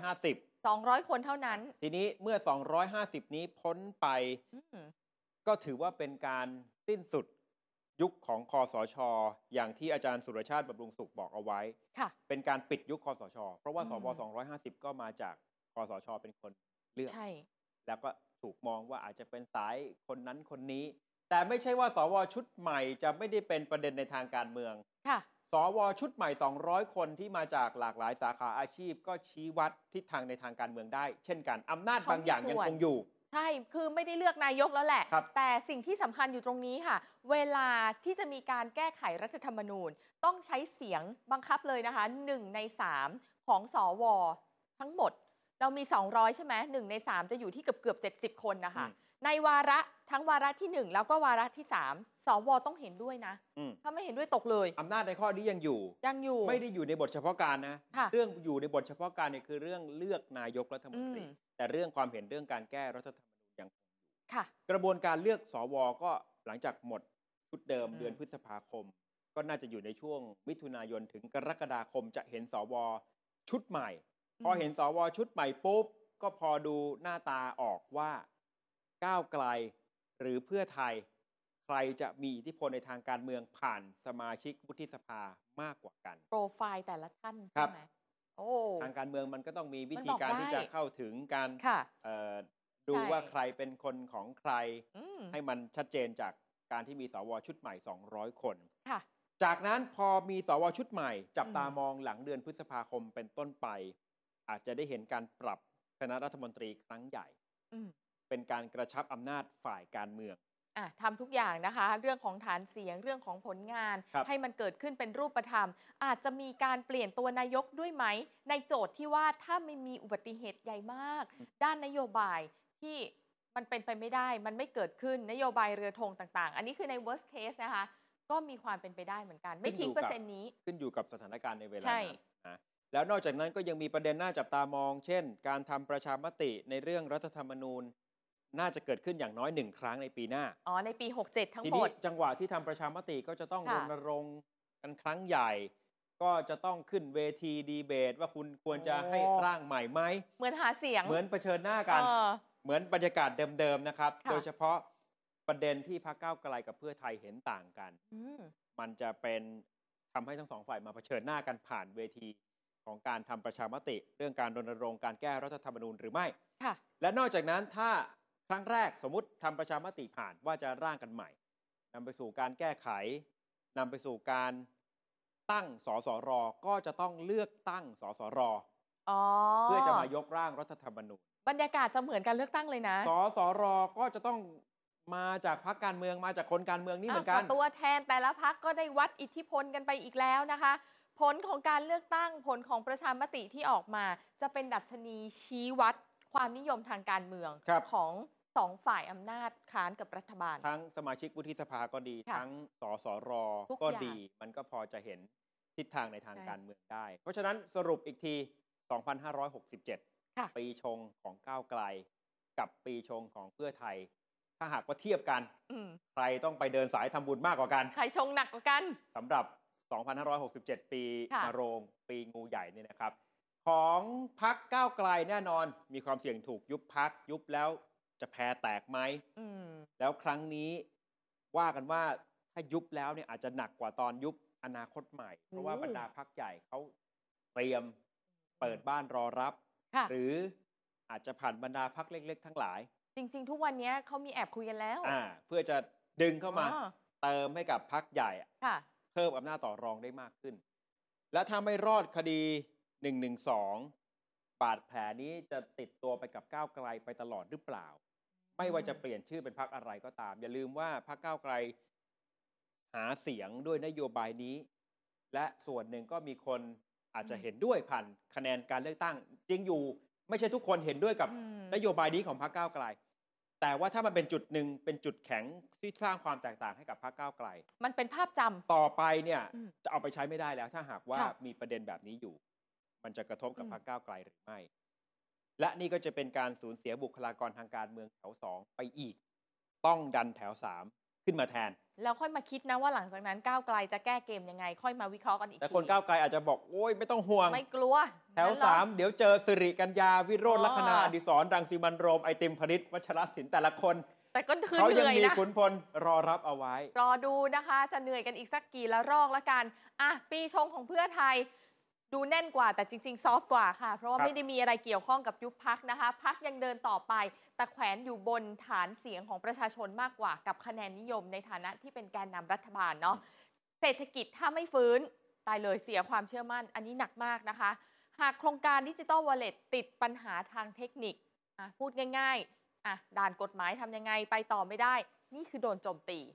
200 คนเท่านั้นทีนี้เมื่อ250นี้พ้นไปก็ถือว่าเป็นการสิ้นสุดยุคของคสช.อย่างที่อาจารย์สุรชาติบำรุงสุขบอกเอาไว้เป็นการปิดยุคคสช.เพราะว่าสว250ก็มาจากคสช.เป็นคนเลือกแล้วก็ถูกมองว่าอาจจะเป็นสายคนนั้นคนนี้แต่ไม่ใช่ว่าสวชุดใหม่จะไม่ได้เป็นประเด็นในทางการเมืองสวชุดใหม่200คนที่มาจากหลากหลายสาขาอาชีพก็ชี้วัดทิศทางในทางการเมืองได้เช่นกันอำนาจบางอย่างยังคงอยู่ใช่คือไม่ได้เลือกนายกแล้วแหละแต่สิ่งที่สำคัญอยู่ตรงนี้ค่ะเวลาที่จะมีการแก้ไขรัฐธรรมนูญต้องใช้เสียงบังคับเลยนะคะ1 ใน 3ของสวทั้งหมดเรามี200ใช่ไหม1 ใน 3จะอยู่ที่เกือบ70 คนนะคะในวาระทั้งวาระที่1แล้วก็วาระที่3สวต้องเห็นด้วยนะถ้าไม่เห็นด้วยตกเลยอำนาจในข้อนี้ยังอยู่ไม่ได้อยู่ในบทเฉพาะการนะเรื่องอยู่ในบทเฉพาะการเนี่ยคือเรื่องเลือกนายกรัฐมนตรีแต่เรื่องความเห็นเรื่องการแก้รัฐธรรมนูญยังคงอยู่กระบวนการเลือกสวก็หลังจากหมดชุดเดิมเดือนพฤษภาคมก็น่าจะอยู่ในช่วงมิถุนายนถึงกรกฎาคมจะเห็นสวชุดใหม่พอเห็นสวชุดใหม่ปุ๊บก็พอดูหน้าตาออกว่าก้าวไกลหรือเพื่อไทยใครจะมีอิทธิพลในทางการเมืองผ่านสมาชิกวุฒิสภามากกว่ากันโปรไฟล์แต่ละท่านใช่ไหมทางการเมืองมันก็ต้องมีวิธีการที่จะเข้าถึงการดูว่าใครเป็นคนของใครให้มันชัดเจนจากการที่มีสวชุดใหม่200 คนจากนั้นพอมีสวชุดใหม่จับตามองหลังเดือนพฤษภาคมเป็นต้นไปอาจจะได้เห็นการปรับคณะรัฐมนตรีครั้งใหญ่เป็นการกระชับอำนาจฝ่ายการเมืองทำทุกอย่างนะคะเรื่องของฐานเสียงเรื่องของผลงานให้มันเกิดขึ้นเป็นรูปธรรมอาจจะมีการเปลี่ยนตัวนายกด้วยไหมในโจทย์ที่ว่าถ้าไม่มีอุบัติเหตุใหญ่มากด้านนโยบายที่มันเป็นไปไม่ได้มันไม่เกิดขึ้นนโยบายเรือธงต่างๆอันนี้คือใน worst case นะคะก็มีความเป็นไปได้เหมือนกันไม่ทิ้งเปอร์เซ็นต์นี้ขึ้นอยู่กับสถานการณ์ในเวลานั้นแล้วนอกจากนั้นก็ยังมีประเด็นน่าจับตามองเช่นการทำประชามติในเรื่องรัฐธรรมนูญน่าจะเกิดขึ้นอย่างน้อย1 ครั้งในปีหน้าในปี67ทั้งหมดทีนี้จังหวะที่ทำประชามติก็จะต้องรณรงค์กันครั้งใหญ่ก็จะต้องขึ้นเวทีดีเบตว่าคุณควรจะให้ร่างใหม่ไหมเหมือนหาเสียงเหมือนเผชิญหน้ากันเหมือนบรรยากาศเดิมๆนะครับโดยเฉพาะประเด็นที่พรรคก้าวไกลกับเพื่อไทยเห็นต่างกันมันจะเป็นทำให้ทั้งสองฝ่ายมาเผชิญหน้ากันผ่านเวทีของการทำประชามติเรื่องการรณรงค์การแก้รัฐธรรมนูญหรือไม่และนอกจากนั้นถ้าครั้งแรกสมมุติทำประชามติผ่านว่าจะร่างกันใหม่นำไปสู่การแก้ไขนำไปสู่การตั้งสสรก็จะต้องเลือกตั้งสสรเพื่อจะมายกร่างรัฐธรรมนูญบรรยากาศจะเหมือนการเลือกตั้งเลยนะสสรก็จะต้องมาจากพรรคการเมืองมาจากคนการเมืองนี่เหมือนกันตัวแทนแต่ละพรรคก็ได้วัดอิทธิพลกันไปอีกแล้วนะคะผลของการเลือกตั้งผลของประชามติที่ออกมาจะเป็นดัชนีชี้วัดความนิยมทางการเมืองของ2 ฝ่ายอำนาจค้านกับรัฐบาลทั้งสมาชิกวุฒิสภาก็ดีทั้งสสรก็ดีมันก็พอจะเห็นทิศทางในทางการเมืองได้เพราะฉะนั้นสรุปอีกที 2567 ปีชงของก้าวไกลกับปีชงของเพื่อไทยถ้าหากว่าเทียบกันใครต้องไปเดินสายทำบุญมากกว่ากันใครชงหนักกว่ากันสำหรับ 2567 ปีมะโรงปีงูใหญ่นี่นะครับของพรรคก้าวไกลแน่นอนมีความเสี่ยงถูกยุบพรรคยุบแล้วจะแพ้แตกไหมแล้วครั้งนี้ว่ากันว่าถ้ายุบแล้วเนี่ยอาจจะหนักกว่าตอนยุบอนาคตใหม่เพราะว่าบรรดาพรรคใหญ่เขาเตรียมเปิดบ้านรอรับหรืออาจจะผ่านบรรดาพรรคเล็กๆทั้งหลายจริงๆทุกวันนี้เขามีแอบคุยกันแล้วเพื่อจะดึงเข้ามาเติมให้กับพรรคใหญ่เพิ่มอำนาจต่อรองได้มากขึ้นและถ้าไม่รอดคดี112บาดแผลนี้จะติดตัวไปกับก้าวไกลไปตลอดหรือเปล่าไม่ว่าจะเปลี่ยนชื่อเป็นพรรคอะไรก็ตามอย่าลืมว่าพรรคก้าวไกลหาเสียงด้วยนโยบายนี้และส่วนหนึ่งก็มีคนอาจจะเห็นด้วยผ่านคะแนนการเลือกตั้งจริงอยู่ไม่ใช่ทุกคนเห็นด้วยกับนโยบายนี้ของพรรคก้าวไกลแต่ว่าถ้ามันเป็นจุดหนึ่งเป็นจุดแข็งที่สร้างความแตกต่างให้กับพรรคก้าวไกลมันเป็นภาพจำต่อไปเนี่ยจะเอาไปใช้ไม่ได้แล้วถ้าหากว่ามีประเด็นแบบนี้อยู่มันจะกระทบกับพรรคก้าวไกลหรือไม่และนี่ก็จะเป็นการสูญเสียบุคลากรทางการเมืองแถว2ไปอีกต้องดันแถว3ขึ้นมาแทนแล้วค่อยมาคิดนะว่าหลังจากนั้นก้าวไกลจะแก้เกมยังไงค่อยมาวิเคราะห์กันอีกทีแต่คนก้าวไกลอาจจะบอกโอ๊ยไม่ต้องห่วงไม่กลัวแถว3เดี๋ยวเจอสิริกัญญาวิโรจน์ลัคนาอดิศรรังสีมันโรมไอติมพริตวัชรศิลป์แต่ละคนแต่ก็คือเขายังมีขุนพลรอรับเอาไว้รอดูนะคะจะเหนื่อยกันอีกสักกี่ละรอกละกันปีชงของเพื่อไทยดูแน่นกว่าแต่จริงๆซอฟต์กว่าค่ะเพราะว่าไม่ได้มีอะไรเกี่ยวข้องกับยุบพรรคนะคะพรรคยังเดินต่อไปแต่แขวนอยู่บนฐานเสียงของประชาชนมากกว่ากับคะแนนนิยมในฐานะที่เป็นแกนนำรัฐบาลเนาะเศรษฐกิจถ้าไม่ฟื้นตายเลยเสียความเชื่อมั่นอันนี้หนักมากนะคะหากโครงการดิจิทัลวอลเล็ตติดปัญหาทางเทคนิคพูดง่ายๆด่านกฎหมายทำยังไงไปต่อไม่ได้นี่คือโดนโจมตี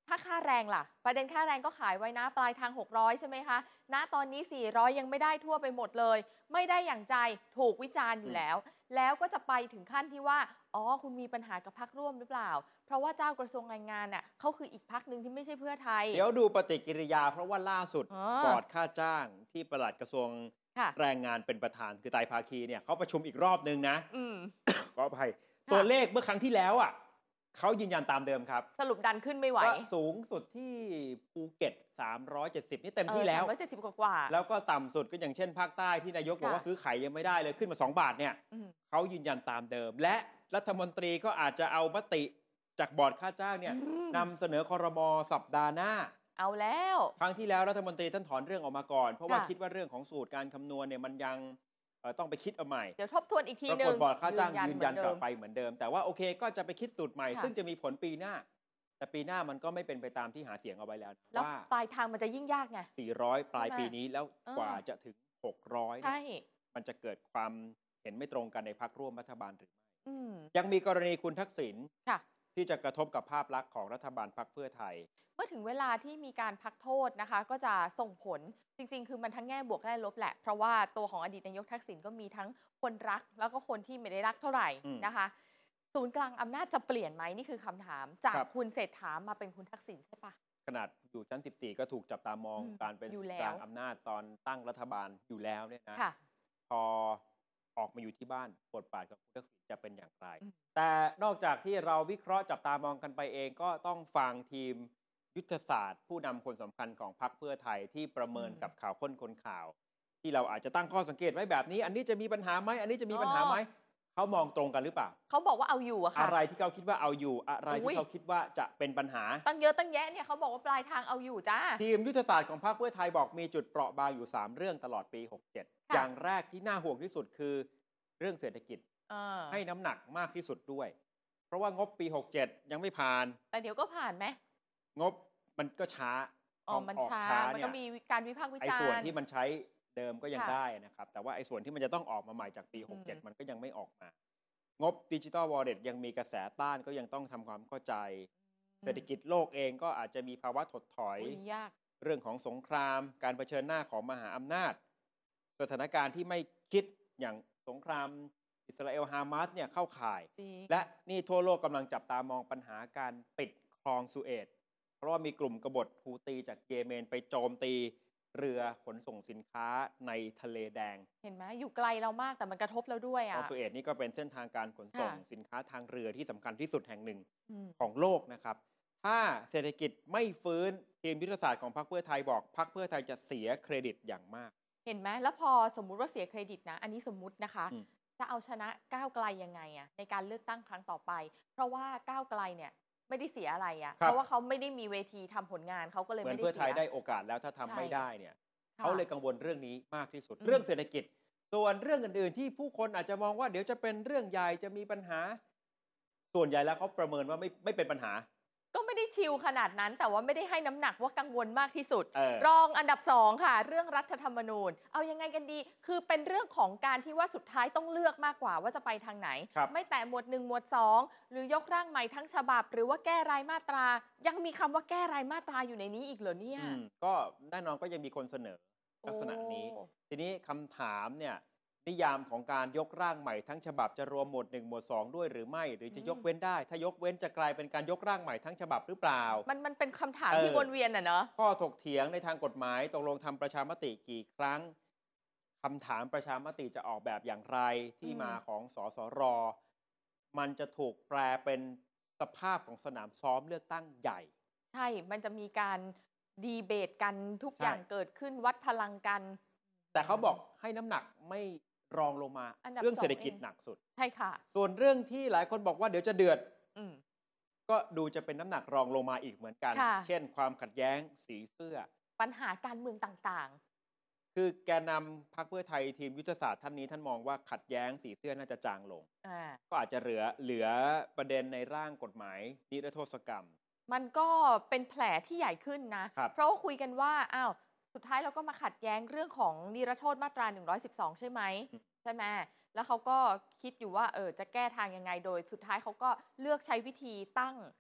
ถ้าค่าแรงล่ะประเด็นค่าแรงก็ขายไว้นะปลายทาง600ใช่ไหมคะณตอนนี้400ยังไม่ได้ทั่วไปหมดเลยไม่ได้อย่างใจถูกวิจารณ์อยู่แล้วก็จะไปถึงขั้นที่ว่าอ๋อคุณมีปัญหากับพรรคร่วมหรือเปล่าเพราะว่าเจ้ากระทรวงแรงงานน่ะเขาคืออีกพรรคนึงที่ไม่ใช่เพื่อไทยเดี๋ยวดูปฏิกิริยาเพราะว่าล่าสุดบอร์ดค่าจ้างที่ปลัดกระทรวงแรงงานเป็นประธานคือไตรภาคีเนี่ยเขาประชุมอีกรอบนึงนะขออภัยตัวเลขเมื่อครั้งที่แล้วเขายืนยันตามเดิมครับสรุปดันขึ้นไม่ไหวสูงสุดที่ภูเก็ต370นี่เต็มที่แล้ว 370กว่าแล้วก็ต่ำสุดก็อย่างเช่นภาคใต้ที่นายกบอกว่าซื้อไข่ยังไม่ได้เลยขึ้นมา2 บาทเนี่ยเขายืนยันตามเดิมและรัฐมนตรีก็อาจจะเอามติจากบอร์ดค่าจ้างเนี่ยนำเสนอครม.สัปดาห์หน้าเอาแล้วครั้งที่แล้วรัฐมนตรีท่านถอนเรื่องออกมาก่อนเพราะว่าคิดว่าเรื่องของสูตรการคำนวณเนี่ยมันยังต้องไปคิดเอาใหม่เดี๋ยวทบทวนอีกทีนึงปรากฏบอร์ดค่าจ้างยืนยันกลับไปเหมือนเดิมแต่ว่าโอเคก็จะไปคิดสูตรใหม่ซึ่งจะมีผลปีหน้าแต่ปีหน้ามันก็ไม่เป็นไปตามที่หาเสียงเอาไว้แล้วว่าปลายทางมันจะยิ่งยากไง 400ปลายปีนี้แล้วกว่าจะถึง600 ใช่มันจะเกิดความเห็นไม่ตรงกันในพรรคร่วมรัฐบาลหรือไม่ยังมีกรณีคุณทักษิณที่จะกระทบกับภาพลักษณ์ของรัฐบาลพรรคเพื่อไทยเมื่อถึงเวลาที่มีการพักโทษนะคะก็จะส่งผลจริงๆคือมันทั้งแง่บวกและลบแหละเพราะว่าตัวของอดีตนายกทักษิณก็มีทั้งคนรักแล้วก็คนที่ไม่ได้รักเท่าไหร่นะคะศูนย์กลางอำนาจจะเปลี่ยนไหมนี่คือคำถามจากคุณเศรษฐามาเป็นคุณทักษิณใช่ปะขนาดอยู่ชั้น14ก็ถูกจับตามองการเป็นศูนย์กลางอำนาจตอนตั้งรัฐบาลอยู่แล้วเนี่ยนะพอออกมาอยู่ที่บ้านบทบาทของคุณทักษิณจะเป็นอย่างไรแต่นอกจากที่เราวิเคราะห์จับตามองกันไปเองก็ต้องฟังทีมยุทธศาสตร์ผู้นำคนสำคัญของพรรคเพื่อไทยที่ประเมินกับข่าวค้นคนข่าวที่เราอาจจะตั้งข้อสังเกตไว้แบบนี้อันนี้จะมีปัญหาไหมอันนี้จะมีปัญหาไหมเขามองตรงกันหรือเปล่าเขาบอกว่าเอาอยู่อะค่ะอะไรที่เขาคิดว่าเอาอยู่อะไรที่เขาคิดว่าจะเป็นปัญหาตั้งเยอะตั้งแยะเนี่ยเขาบอกว่าปลายทางเอาอยู่จ้าทีมยุทธศาสตร์ของพรรคเพื่อไทยบอกมีจุดเปราะบางอยู่3เรื่องตลอดปี67อย่างแรกที่น่าห่วงที่สุดคือเรื่องเศรษฐกิจให้น้ำหนักมากที่สุดด้วยเพราะว่างบปี67ยังไม่ผ่านแต่เดี๋ยวก็ผ่านไหมงบมันก็ช้ามันช้ามันก็มีการวิพากษ์วิจารณ์ไอ้ส่วนที่มันใช้เดิมก็ยังได้นะครับแต่ว่าไอ้ส่วนที่มันจะต้องออกมาใหม่จากปี67มันก็ยังไม่ออกมางบ Digital Wallet ยังมีกระแสต้านก็ยังต้องทำความเข้าใจเศรษฐกิจโลกเองก็อาจจะมีภาวะถดถอยเรื่องของสงครามการเผชิญหน้าของมหาอำนาจสถานการณ์ที่ไม่คิดอย่างสงครามอิสราเอลฮามาสเนี่ยเข้าข่ายและนี่ทั่วโลกกำลังจับตามองปัญหาการปิดคลองสุเอตเพราะว่ามีกลุ่มกบฏฮูตีจากเยเมนไปโจมตีเรือขนส่งสินค้าในทะเลแดงเห็นไหมอยู่ไกลเรามากแต่มันกระทบเราด้วยคลองสุเอตนี่ก็เป็นเส้นทางการขนส่งสินค้าทางเรือที่สำคัญที่สุดแห่งหนึ่งของโลกนะครับถ้าเศรษฐกิจไม่ฟื้นทีมยุทธศาสตร์ของพรรคเพื่อไทยบอกพรรคเพื่อไทยจะเสียเครดิตอย่างมากเห็นไหมแล้วพอสมมุติว่าเสียเครดิตนะอันนี้สมมุตินะคะจะเอาชนะก้าวไกลยังไงในการเลือกตั้งครั้งต่อไปเพราะว่าก้าวไกลเนี่ยไม่ได้เสียอะไรเพราะว่าเขาไม่ได้มีเวทีทำผลงานเขาก็เลยไม่ได้เสียเพื่อไทยได้โอกาสแล้วถ้าทำไม่ได้เนี่ยเขาเลยกังวลเรื่องนี้มากที่สุดเรื่องเศรษฐกิจส่วนเรื่องอื่นๆที่ผู้คนอาจจะมองว่าเดี๋ยวจะเป็นเรื่องใหญ่จะมีปัญหาส่วนใหญ่แล้วเขาประเมินว่าไม่เป็นปัญหาก็ไม่ได้ชิลขนาดนั้นแต่ว่าไม่ได้ให้น้ำหนักว่ากังวลมากที่สุดรองอันดับ2ค่ะเรื่องรัฐธรรมนูญเอายังไงกันดีคือเป็นเรื่องของการที่ว่าสุดท้ายต้องเลือกมากกว่าว่าจะไปทางไหนไม่แต่หมวด1หมวด2หรือยกร่างใหม่ทั้งฉบับหรือว่าแก้รายมาตรายังมีคำว่าแก้รายมาตราอยู่ในนี้อีกเหรอเนี่ยก็แน่นอนก็ยังมีคนเสนอลักษณะนี้ทีนี้คำถามเนี่ยนิยามของการยกร่างใหม่ทั้งฉบับจะรวมหมวด1หมวด2ด้วยหรือไม่หรือจะยกเว้นได้ถ้ายกเว้นจะกลายเป็นการยกร่างใหม่ทั้งฉบับหรือเปล่ามันเป็นคำถามที่วนเวียนเนาะข้อถกเถียงในทางกฎหมายตกลงทำประชามติกี่ครั้งคำถามประชามติจะออกแบบอย่างไรที่มาของสสร.มันจะถูกแปลเป็นสภาพของสนามซ้อมเลือกตั้งใหญ่ใช่มันจะมีการดีเบตกันทุกอย่างเกิดขึ้นวัดพลังกันแต่เขาบอกให้น้ำหนักไม่รองลงมาเรื่องเศรษฐกิจหนักสุดใช่ค่ะส่วนเรื่องที่หลายคนบอกว่าเดี๋ยวจะเดือดก็ดูจะเป็นน้ำหนักรองลงมาอีกเหมือนกันเช่นความขัดแย้งสีเสื้อปัญหาการเมืองต่างๆคือแกนนำพรรคเพื่อไทยทีมยุทธศาสตร์ท่านนี้ท่านมองว่าขัดแย้งสีเสื้อน่าจะจางลงก็อาจจะเหลือประเด็นในร่างกฎหมายนิรโทษกรรมมันก็เป็นแผลที่ใหญ่ขึ้นนะเพราะว่าคุยกันว่าอ้าวสุดท้ายเราก็มาขัดแย้งเรื่องของนิรโทษมาตรา112ใช่ไหมใช่ไหมแล้วเขาก็คิดอยู่ว่าจะแก้ทางยังไงโดยสุดท้ายเขาก็เลือกใช้วิธีตั้ง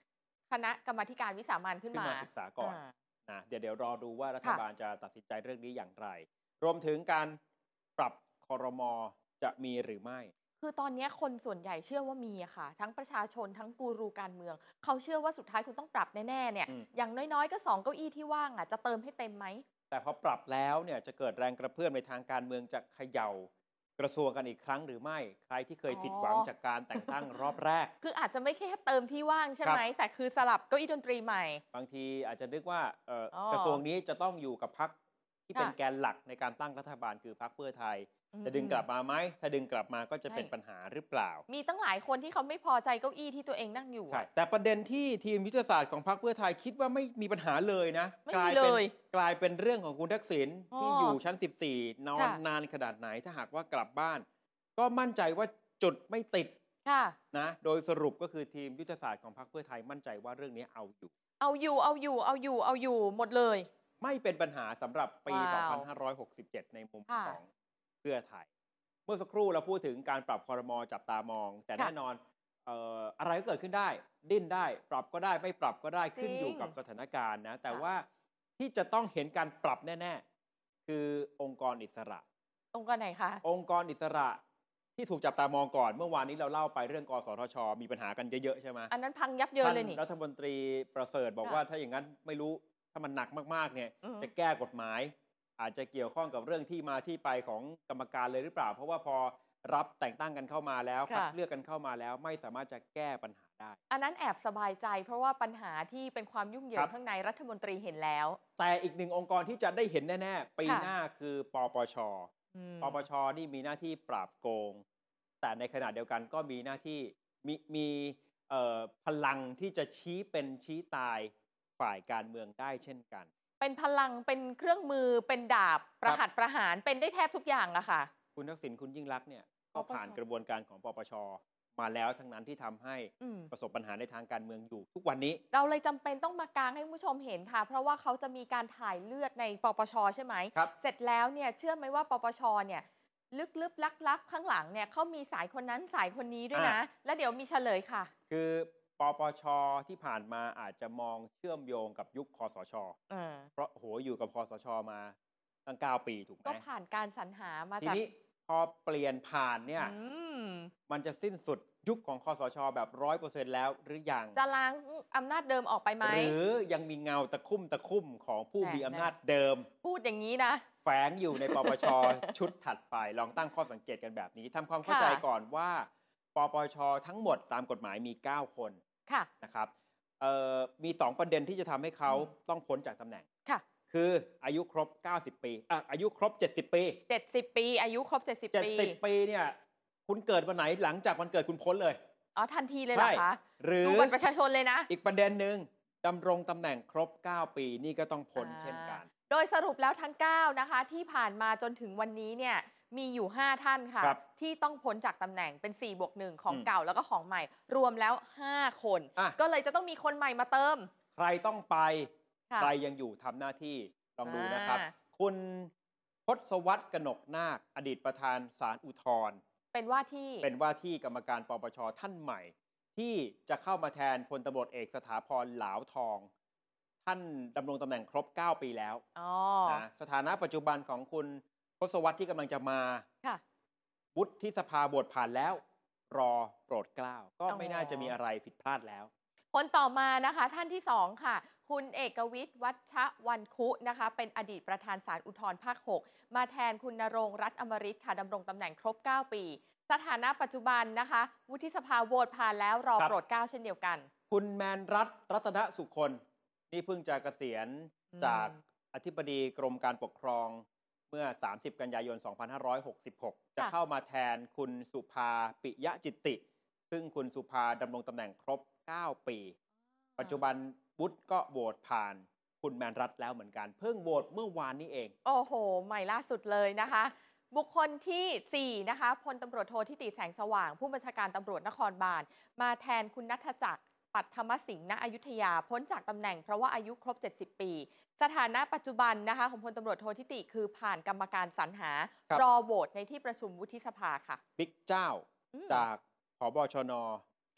คณะกรรมาธิการวิสามัญขึ้นมาศึกษาก่อนนะเดี๋ยวรอดูว่ารัฐบาลจะตัดสินใจเรื่องนี้อย่างไรรวมถึงการปรับครม.จะมีหรือไม่คือตอนนี้คนส่วนใหญ่เชื่อว่ามีอะค่ะทั้งประชาชนทั้งกูรูการเมืองเขาเชื่อว่าสุดท้ายคุณต้องปรับแน่ๆเนี่ยอย่างน้อยๆก็2เก้าอี้ที่ว่างอะจะเติมให้เต็มไหมแต่พอปรับแล้วเนี่ยจะเกิดแรงกระเพื่อมในทางการเมืองจะเขย่ากระทรวงกันอีกครั้งหรือไม่ใครที่เคยผิดหวังจากการแต่งตั้งรอบแรกคืออาจจะไม่แค่เติมที่ว่างใช่ไหมแต่คือสลับเก้าอี้ดนตรีใหม่บางทีอาจจะนึกว่ากระทรวงนี้จะต้องอยู่กับพรรคที่เป็นแกนหลักในการตั้งรัฐบาลคือพรรคเพื่อไทยจะดึงกลับมาไหมถ้าดึงกลับมาก็จะเป็นปัญหาหรือเปล่ามีตั้งหลายคนที่เขาไม่พอใจเก้าอี้ที่ตัวเองนั่งอยู่ใช่แต่ประเด็นที่ทีมยุทธศาสตร์ของพรรคเพื่อไทยคิดว่าไม่มีปัญหาเลยนะกลายเป็นเรื่องของคุณทักษิณที่อยู่ชั้น14นอนนานขนาดไหนถ้าหากว่ากลับบ้านก็มั่นใจว่าจุดไม่ติดนะโดยสรุปก็คือทีมยุทธศาสตร์ของพรรคเพื่อไทยมั่นใจว่าเรื่องนี้เอาอยู่หมดเลยไม่เป็นปัญหาสำหรับปี 2567 ในมุมของเพื่อไทยเมื่อสักครู่เราพูดถึงการปรับครม.จับตามองแต่แน่นอนอะไรก็เกิดขึ้นได้ดิ้นได้ปรับก็ได้ไม่ปรับก็ได้ขึ้นอยู่กับสถานการณ์นะแต่ว่าที่จะต้องเห็นการปรับแน่ๆคือองค์กรอิสระองค์กรไหนคะองค์กรอิสระที่ถูกจับตามองก่อนเมื่อวานนี้เราเล่าไปเรื่องกสทช.มีปัญหากันเยอะๆใช่ไหมอันนั้นพังยับเยินเลยนี่รัฐมนตรีประเสริฐบอกว่าถ้าอย่างนั้นไม่รู้ถ้ามันหนักมากๆเนี่ยจะแก้กฎหมายอาจจะเกี่ยวข้องกับเรื่องที่มาที่ไปของกรรมการเลยหรือเปล่าเพราะว่าพอรับแต่งตั้งกันเข้ามาแล้วคัดเลือกกันเข้ามาแล้วไม่สามารถจะแก้ปัญหาได้อันนั้นแอบสบายใจเพราะว่าปัญหาที่เป็นความยุ่งเหยิงข้างในรัฐมนตรีเห็นแล้วแต่อีกหนึ่งองค์กรที่จะได้เห็นแน่ๆปีหน้าคือปปช.ปปช.นี่มีหน้าที่ปราบโกงแต่ในขณะเดียวกันก็มีหน้าที่มีพลังที่จะชี้เป็นชี้ตายฝ่ายการเมืองได้เช่นกันเป็นพลังเป็นเครื่องมือเป็นดาบประหัตประหารเป็นได้แทบทุกอย่างอะค่ะคุณทักษิณคุณยิ่งลักษณ์เนี่ยก็ผ่านกระบวนการของปปช.มาแล้วทั้งนั้นที่ทำให้ประสบปัญหาในทางการเมืองอยู่ทุกวันนี้เราเลยจำเป็นต้องมากางให้ผู้ชมเห็นค่ะเพราะว่าเขาจะมีการถ่ายเลือดในปปช.ใช่ไหมเสร็จแล้วเนี่ยเชื่อไหมว่าปปช.เนี่ยลึกๆลักๆข้างหลังเนี่ยเขามีสายคนนั้นสายคนนี้ด้วยนะแล้วเดี๋ยวมีเฉลยค่ะคือปปช.ที่ผ่านมาอาจจะมองเชื่อมโยงกับยุคคสช.เพราะโหอยู่กับคสช.มาตั้ง9 ปีถูกไหมก็ผ่านการสรรหามาทีนี้พอเปลี่ยนผ่านเนี่ยมันจะสิ้นสุดยุคของคสช.แบบ 100% แล้วหรือยังจะล้างอำนาจเดิมออกไปไหมหรือยังมีเงาตะคุ่มของผู้มีอำนาจเดิมพูดอย่างนี้นะแฝงอยู่ในปปช.ชุดถัดไปลองตั้งข้อสังเกตกันแบบนี้ทำความเข้าใจก่อนว่าปปช.ทั้งหมดตามกฎหมายมี9 คนนะครับมี2ประเด็นที่จะทำให้เขาต้องพ้นจากตำแหน่งคืออายุครบ90 ปีอายุครบ70 ปี 70 ปีอายุครบ70 ปี 70 ปีเนี่ยคุณเกิดวันไหนหลังจากวันเกิดคุณพ้นเลยทันทีเลยเหรอคะหรือดูบัตรประชาชนเลยนะอีกประเด็นหนึ่งดำรงตำแหน่งครบ9 ปีนี่ก็ต้องพ้นเช่นกันโดยสรุปแล้วทั้ง9นะคะที่ผ่านมาจนถึงวันนี้เนี่ยมีอยู่5ท่านค่ะที่ต้องพ้นจากตำแหน่งเป็น4+1ของเก่าแล้วก็ของใหม่รวมแล้ว5 คนก็เลยจะต้องมีคนใหม่มาเติมใครต้องไปใครยังอยู่ทำหน้าที่ลองดูนะครับคุณพศวรรษ กนกนาคอดีตประธานศาลอุทธรณ์เป็นว่าที่กรรมการปปช.ท่านใหม่ที่จะเข้ามาแทนพลตำรวจเอกสถาพร หลาวทองท่านดำรงตำแหน่งครบ9 ปีแล้วนะสถานะปัจจุบันของคุณพศวรรษที่กำลังจะมาวุฒิสภาโหวตผ่านแล้วรอโปรดเกล้าก็ไม่น่าจะมีอะไรผิดพลาดแล้วคนต่อมานะคะท่านที่2ค่ะคุณเอกวิทย์ วัชวรรณคุนะคะเป็นอดีตประธานศาลอุทธรภาค 6มาแทนคุณณรงค์ รัตน์อมฤตค่ะดำรงตำแหน่งครบ9 ปีสถานะปัจจุบันนะคะวุฒิสภาโหวตผ่านแล้วรอโปรดเกล้าเช่นเดียวกันคุณแมนรัตน์ รัตนสุคนนี่เพิ่งจะเกษียณจากอธิบดีกรมการปกครองเมื่อ30 กันยายน 2566จะเข้ามาแทนคุณสุภา ปิยะจิตติซึ่งคุณสุภาดำรงตำแหน่งครบ9 ปีปัจจุบันวุฒิก็โหวตผ่านคุณแมนรัตน์แล้วเหมือนกันเพิ่งโหวตเมื่อวานนี้เองโอ้โหใหม่ล่าสุดเลยนะคะบุคคลที่4นะคะพลตำรวจโทธิติแสงสว่างผู้บัญชาการตำรวจนครบาลมาแทนคุณณัฐจักร ปัทมสิงห์ ณ อยุธยาพ้นจากตำแหน่งเพราะว่าอายุครบ70 ปีสถานะปัจจุบันนะคะของพลตำรวจโทธิติคือผ่านกรรมการสรรหารอโหวตในที่ประชุมวุฒิสภาค่ะบิ๊กเจ้าจากผบชน.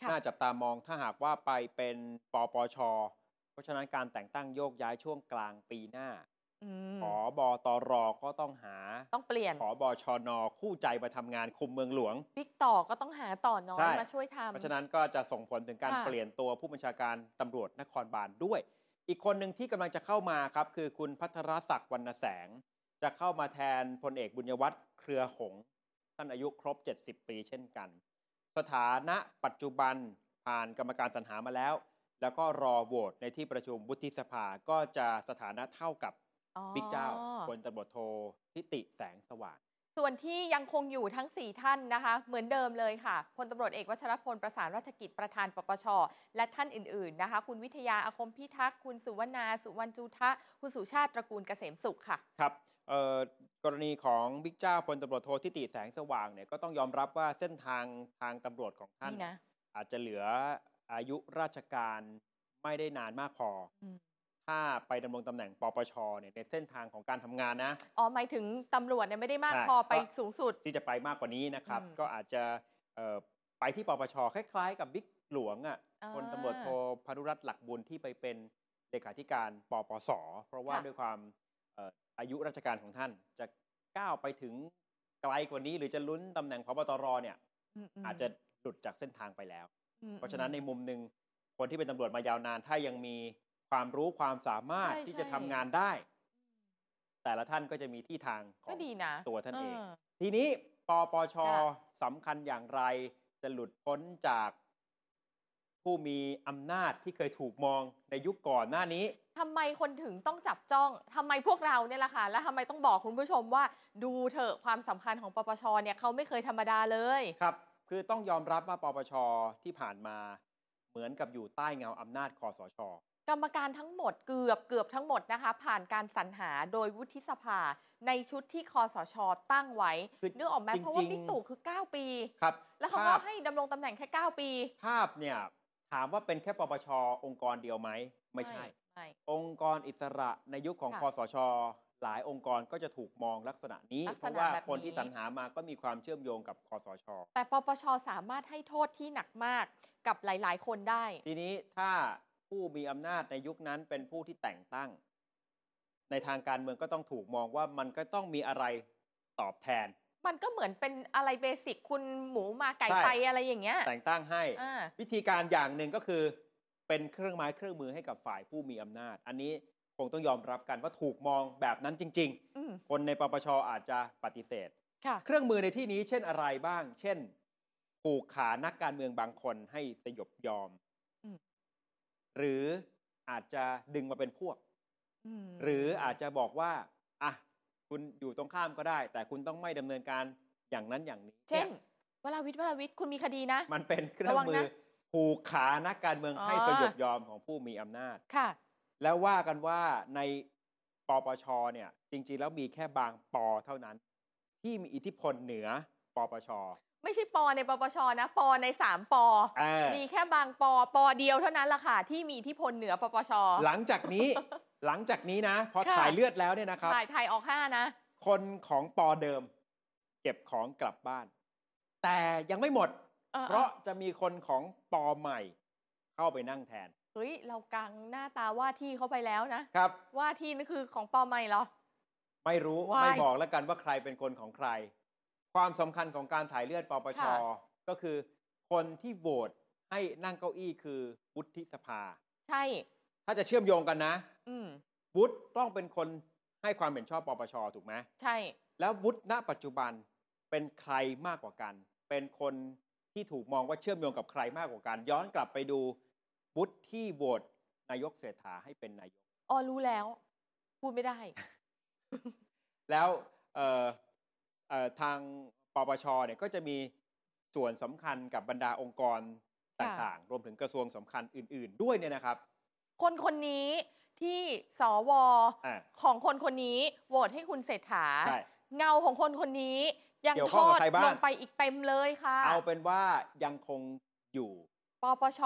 น่าจับตามองถ้าหากว่าไปเป็นปปช.เพราะฉะนั้นการแต่งตั้งโยกย้ายช่วงกลางปีหน้าผบตรก็ต้องหาต้องเปลี่ยนผบชน.คู่ใจมาทำงานคุมเมืองหลวงบิ๊กต่อก็ต้องหาต่อน้อยมาช่วยทำเพราะฉะนั้นก็จะส่งผลถึงการเปลี่ยนตัวผู้บัญชาการตำรวจนครบาลด้วยอีกคนหนึ่งที่กำลังจะเข้ามาครับคือคุณภัทรศักดิ์วรรณแสงจะเข้ามาแทนพลเอกบุญยวัฒน์เครือหงส์ท่านอายุครบ70 ปีเช่นกันสถานะปัจจุบันผ่านกรรมการสรรหามาแล้วก็รอโหวตในที่ประชุมวุฒิสภาก็จะสถานะเท่ากับบิ๊กเจ้าพลตำรวจโททิติแสงสว่างส่วนที่ยังคงอยู่ทั้ง4ท่านนะคะเหมือนเดิมเลยค่ะพลตำรวจเอกวชรพลประสานราชกิจประธานปปช.และท่านอื่นๆนะคะคุณวิทยาอาคมพิทักษ์คุณสุวรรณาสุวรรณจูทะคุณสุชาติตระกูลเกษมสุขค่ะครับกรณีของบิ๊กเจ้าพลตำรวจโททิติแสงสว่างเนี่ยก็ต้องยอมรับว่าเส้นทางตำรวจของท่านอาจจะเหลืออายุราชการไม่ได้นานมากพอถ้าไปดำรงตำแหน่งปปช.เนี่ยในเส้นทางของการทำงานนะหมายถึงตำรวจเนี่ยไม่ได้มากพอไปสูงสุดที่จะไปมากกว่านี้นะครับก็อาจจะไปที่ปปช.คล้ายๆกับบิ๊กหลวงพลตำรวจโทพานุรัตน์หลักบุญที่ไปเป็นเลขาธิการปปส.เพราะว่าด้วยความอายุราชการของท่านจะก้าวไปถึงไกลกว่านี้หรือจะลุ้นตำแหน่งพบตรเนี่ยอาจจะหลุดจากเส้นทางไปแล้วเพราะฉะนั้นในมุมหนึ่งคนที่เป็นตำรวจมายาวนานถ้ายังมีความรู้ความสามารถที่จะทำงานได้แต่ละท่านก็จะมีที่ทางของตัวท่านเองทีนี้ปปช.สำคัญอย่างไรจะหลุดพ้นจากผู้มีอำนาจที่เคยถูกมองในยุคก่อนหน้านี้ทำไมคนถึงต้องจับจ้องทำไมพวกเราเนี่ยแหละค่ะและทำไมต้องบอกคุณผู้ชมว่าดูเถอะความสำคัญของปปช.เนี่ยเขาไม่เคยธรรมดาเลยครับคือต้องยอมรับว่าปปช.ที่ผ่านมาเหมือนกับอยู่ใต้เงาอำนาจคสช. กรรมการทั้งหมดเกือบทั้งหมดนะคะผ่านการสรรหาโดยวุฒิสภาในชุดที่คสช.ตั้งไว้นึกออกไหมเพราะว่าบิ๊กตู่คือ9 ปีครับแล้วเขาก็ให้ดำรงตำแหน่งแค่9 ปีภาพเนี่ยถามว่าเป็นแค่ปปช.องค์กรเดียวไหมไม่ใช่องค์กรอิสระในยุคของคสช.หลายองค์กรก็จะถูกมองลักษณะนี้เพราะว่าคนที่สรรหามาก็มีความเชื่อมโยงกับคสช. แต่ปปช.สามารถให้โทษที่หนักมากกับหลายๆคนได้ทีนี้ถ้าผู้มีอำนาจในยุคนั้นเป็นผู้ที่แต่งตั้งในทางการเมืองก็ต้องถูกมองว่ามันก็ต้องมีอะไรตอบแทนมันก็เหมือนเป็นอะไรเบสิกคุณหมูมาไก่ไปอะไรอย่างเงี้ยแต่งตั้งให้วิธีการอย่างหนึ่งก็คือเป็นเครื่องไม้เครื่องมือให้กับฝ่ายผู้มีอำนาจอันนี้คงต้องยอมรับกันว่าถูกมองแบบนั้นจริงๆคนในปปช.อาจจะปฏิเสธเครื่องมือในที่นี้เช่นอะไรบ้างเช่นผูกขานักการเมืองบางคนให้สยบยอมหรืออาจจะดึงมาเป็นพวกหรืออาจจะบอกว่าคุณอยู่ตรงข้ามก็ได้แต่คุณต้องไม่ดำเนินการอย่างนั้นอย่างนี้เช่นวราวิทย์คุณมีคดีนะมันเป็นเครื่องมือผูกขานักการเมืองให้สยบยอมของผู้มีอำนาจค่ะแล้วว่ากันว่าในปปช.เนี่ยจริงๆแล้วมีแค่บางป.เท่านั้นที่มีอิทธิพลเหนือปปช. ไม่ใช่ป.ในปปช.นะป.ใน3 ป.มีแค่บางป.เดียวเท่านั้นล่ะค่ะที่มีอิทธิพลเหนือปปช. หลังจากนี้นะพอถ่ายเลือดแล้วเนี่ยนะครับถ่ายออก5นะคนของป.เดิมเก็บของกลับบ้านแต่ยังไม่หมดเพราะจะมีคนของป.ใหม่เข้าไปนั่งแทนเฮ้ยเรากังหน้าตาว่าที่เขาไปแล้วนะครับว่าที่นั่นคือของป.ใหม่เหรอไม่รู้ไม่บอกแล้วกันว่าใครเป็นคนของใครความสำคัญของการถ่ายเลือดปปช.ก็คือคนที่โหวตให้นั่งเก้าอี้คือวุฒิสภาใช่ถ้าจะเชื่อมโยงกันนะวุฒิต้องเป็นคนให้ความเห็นชอบปปช.ถูกไหมใช่แล้ววุฒิณปัจจุบันเป็นใครมากกว่ากันเป็นคนที่ถูกมองว่าเชื่อมโยงกับใครมากกว่ากันย้อนกลับไปดูวุฒิที่โหวตนายกเศรษฐาให้เป็นนายกรู้แล้วพูดไม่ได้แล้วทางปปช.เนี่ยก็จะมีส่วนสำคัญกับบรรดาองค์กรต่างๆรวมถึงกระทรวงสำคัญอื่นๆด้วยเนี่ยนะครับคนนี้ที่สวของคนนี้โหวตให้คุณเศรษฐาเงาของคนนี้ยังทอดลงไปอีกเต็มเลยค่ะเอาเป็นว่ายังคงอยู่ปปช.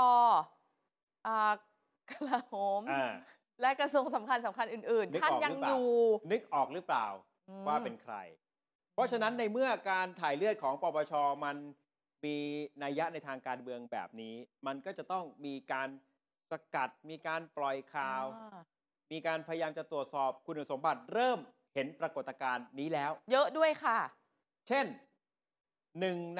กลาโหมและกระทรวงสำคัญอื่นๆท่านยังอยู่นึกออกหรือเปล่าว่าเป็นใครเพราะฉะนั้นในเมื่อการถ่ายเลือดของปปช.มันมีนัยยะในทางการเมืองแบบนี้ มันก็จะต้องมีการสกัดมีการปล่อยข่าว มีการพยายามจะตรวจสอบคุณสมบัติเริ่มเห็นปรากฏการณ์นี้แล้วเยอะด้วยค่ะเช่น1 ใน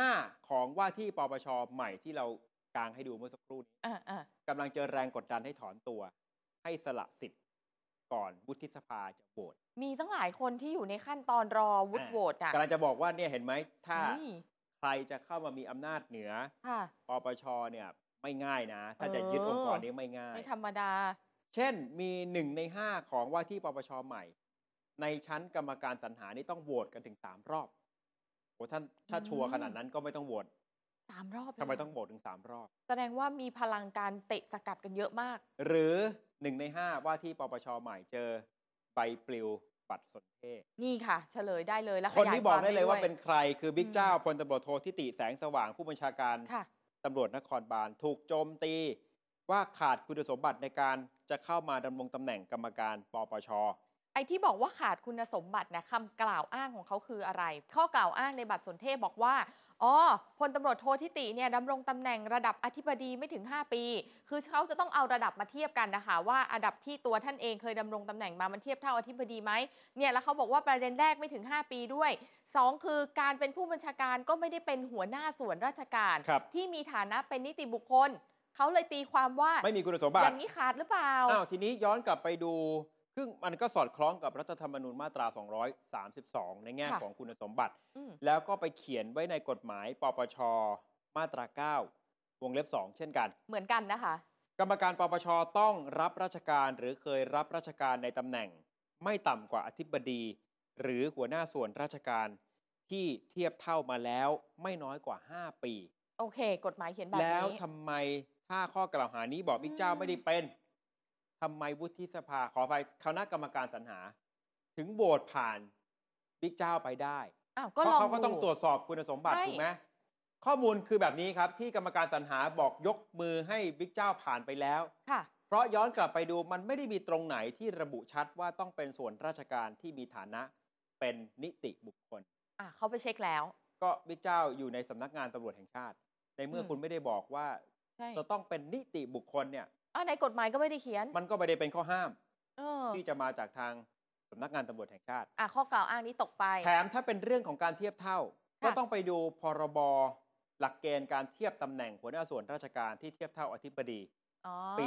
5ของว่าที่ปปชใหม่ที่เรากางให้ดูเมื่อสักครู่นี้กำลังเจอแรงกดดันให้ถอนตัวให้สละสิทธิ์ก่อนวุฒิสภาจะโหวตมีตั้งหลายคนที่อยู่ในขั้นตอนรอวุฒิโหวตกำลังจะบอกว่าเนี่ยเห็นไหมถ้าใครจะเข้ามามีอำนาจเหนือปปชเนี่ยไม่ง่ายนะถ้าจะยึดองค์กรนี้ไม่ง่ายไม่ธรรมดาเช่นมี1 ใน 5ของว่าที่ปปชใหม่ในชั้นกรรมการสรรหานี่ต้องโหวตกันถึง3 รอบโอ้ท่านถ้าชัวร์ขนาดนั้นก็ไม่ต้องโหวต 3 รอบทำไมต้องโหวตถึง3 รอบแสดงว่ามีพลังการเตะสกัดกันเยอะมากหรือ1 ใน 5ว่าที่ปปชใหม่เจอใบปลิวบัตรสนเทศนี่ค่ะเฉลยได้เลยแล้วคนที่บอกได้เลยว่าเป็นใครคือบิ๊กเจ้าพลตำรวจโททิติแสงสว่างผู้บัญชาการตำรวจนครบาลถูกโจมตีว่าขาดคุณสมบัติในการจะเข้ามาดำรงตำแหน่งกรรมการปปช. ไอ้ที่บอกว่าขาดคุณสมบัตินะคำกล่าวอ้างของเขาคืออะไรข้อกล่าวอ้างในบัตรสนเทศบอกว่าพลตำรวจโททิติเนี่ยดำรงตำแหน่งระดับอธิบดีไม่ถึง5 ปีคือเขาจะต้องเอาระดับมาเทียบกันนะคะว่าระดับที่ตัวท่านเองเคยดำรงตำแหน่งมามันเทียบเท่าอธิบดีไหมเนี่ยแล้วเขาบอกว่าประเด็นแรกไม่ถึง5 ปีด้วย2คือการเป็นผู้บัญชาการก็ไม่ได้เป็นหัวหน้าส่วนราชการที่มีฐานะเป็นนิติบุคคลเขาเลยตีความว่าไม่มีคุณสมบัติอย่างนี้ขาดหรือเปล่าทีนี้ย้อนกลับไปดูซึ่งมันก็สอดคล้องกับรัฐธรรมนูญมาตรา232ในแง่ของคุณสมบัติแล้วก็ไปเขียนไว้ในกฎหมายปปชมาตรา9วงเล็บ2เช่นกันเหมือนกันนะคะกรรมการปปชต้องรับราชการหรือเคยรับราชการในตำแหน่งไม่ต่ำกว่าอธิบดีหรือหัวหน้าส่วนราชการที่เทียบเท่ามาแล้วไม่น้อยกว่า5 ปีโอเคกฎหมายเขียนแบบนี้แล้วทำไมถ้าข้อกล่าวหานี้บอกบิ๊กเจ้าไม่ได้เป็นทำไมวุฒิสภาขอไปคณะกรรมการสรรหาถึงโหวตผ่านบิ๊กเจ้าไปได้เพราะเขาก็ต้องตรวจสอบคุณสมบัติถูกไหมข้อมูลคือแบบนี้ครับที่กรรมการสรรหาบอกยกมือให้บิ๊กเจ้าผ่านไปแล้วเพราะย้อนกลับไปดูมันไม่ได้มีตรงไหนที่ระบุชัดว่าต้องเป็นส่วนราชการที่มีฐานะเป็นนิติบุคคลเขาไปเช็คแล้วก็บิ๊กเจ้าอยู่ในสำนักงานตำรวจแห่งชาติในเมื่อคุณไม่ได้บอกว่าจะต้องเป็นนิติบุคคลเนี่ยในกฎหมายก็ไม่ได้เขียนมันก็ไม่ได้เป็นข้อห้ามที่จะมาจากทางสำนักงานตำรวจแห่งชาติข้อกล่าวอ้างนี้ตกไปแถมถ้าเป็นเรื่องของการเทียบเท่าก็ต้องไปดูพรบหลักเกณฑ์การเทียบตำแหน่งหัวหน้าส่วนราชการที่เทียบเท่าอธิบดีปี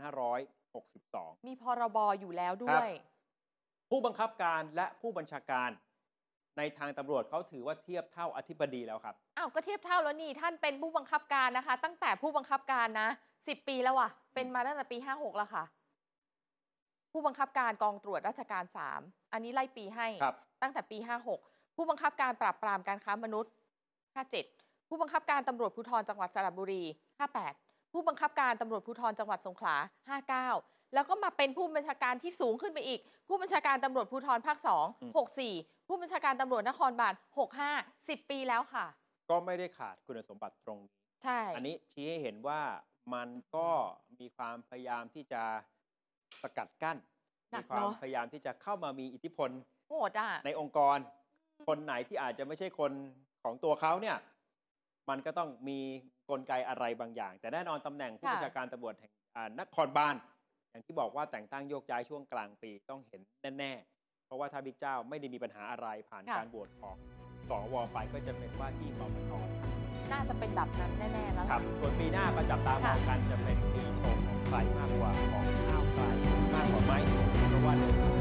2562 มีพรบอยู่แล้วด้วยผู้บังคับการและผู้บัญชาการในทางตำรวจเขาถือว่าเทียบเท่าอธิบดีแล้วครับก็เทียบเท่าแล้วนี่ท่านเป็นผู้บังคับการนะคะตั้งแต่ผู้บังคับการนะ10 ปีแล้วเป็นมาตั้งแต่ปี56แล้วค่ะผู้บังคับการกองตรวจราชการ3อันนี้ไล่ปีให้ตั้งแต่ปี56ผู้บังคับการปราบปรามการค้ามนุษย์57ผู้บังคับการตำรวจภูธรจังหวัดสระบุรี58ผู้บังคับการตำรวจภูธรจังหวัดสงขลา59แล้วก็มาเป็นผู้บัญชาการที่สูงขึ้นไปอีกผู้บัญชาการตำรวจภูธรภาค2 64ผู้บัญชาการตำรวจนครบาล65 10 ปีแล้วค่ะก็ไม่ได้ขาดคุณสมบัติตรงนี้ใช่อันนี้ชี้ให้เห็นว่ามันก็มีความพยายามที่จะสกัดกั้นมีความพยายามที่จะเข้ามามีอิทธิพลในองค์กรคนไหนที่อาจจะไม่ใช่คนของตัวเขาเนี่ยมันก็ต้องมีกลไกอะไรบางอย่างแต่แน่นอนตำแหน่งผู้บัญชาการตำรวจแห่งนครบาลอย่างที่บอกว่าแต่งตั้งโยกย้ายช่วงกลางปีต้องเห็นแน่ๆเพราะว่าถ้าบิ๊กเจ้าไม่ได้มีปัญหาอะไรผ่านการโหวตของสวไปก็จะเป็นว่าที่ปปช. น่าจะเป็นแบบนั้นแน่ๆแล้วครับส่วนปีหน้าก็จับตามองกันจะเป็นปีชงของใครมากกว่าของก้าวไกลมากกว่าไหมเพราะว่า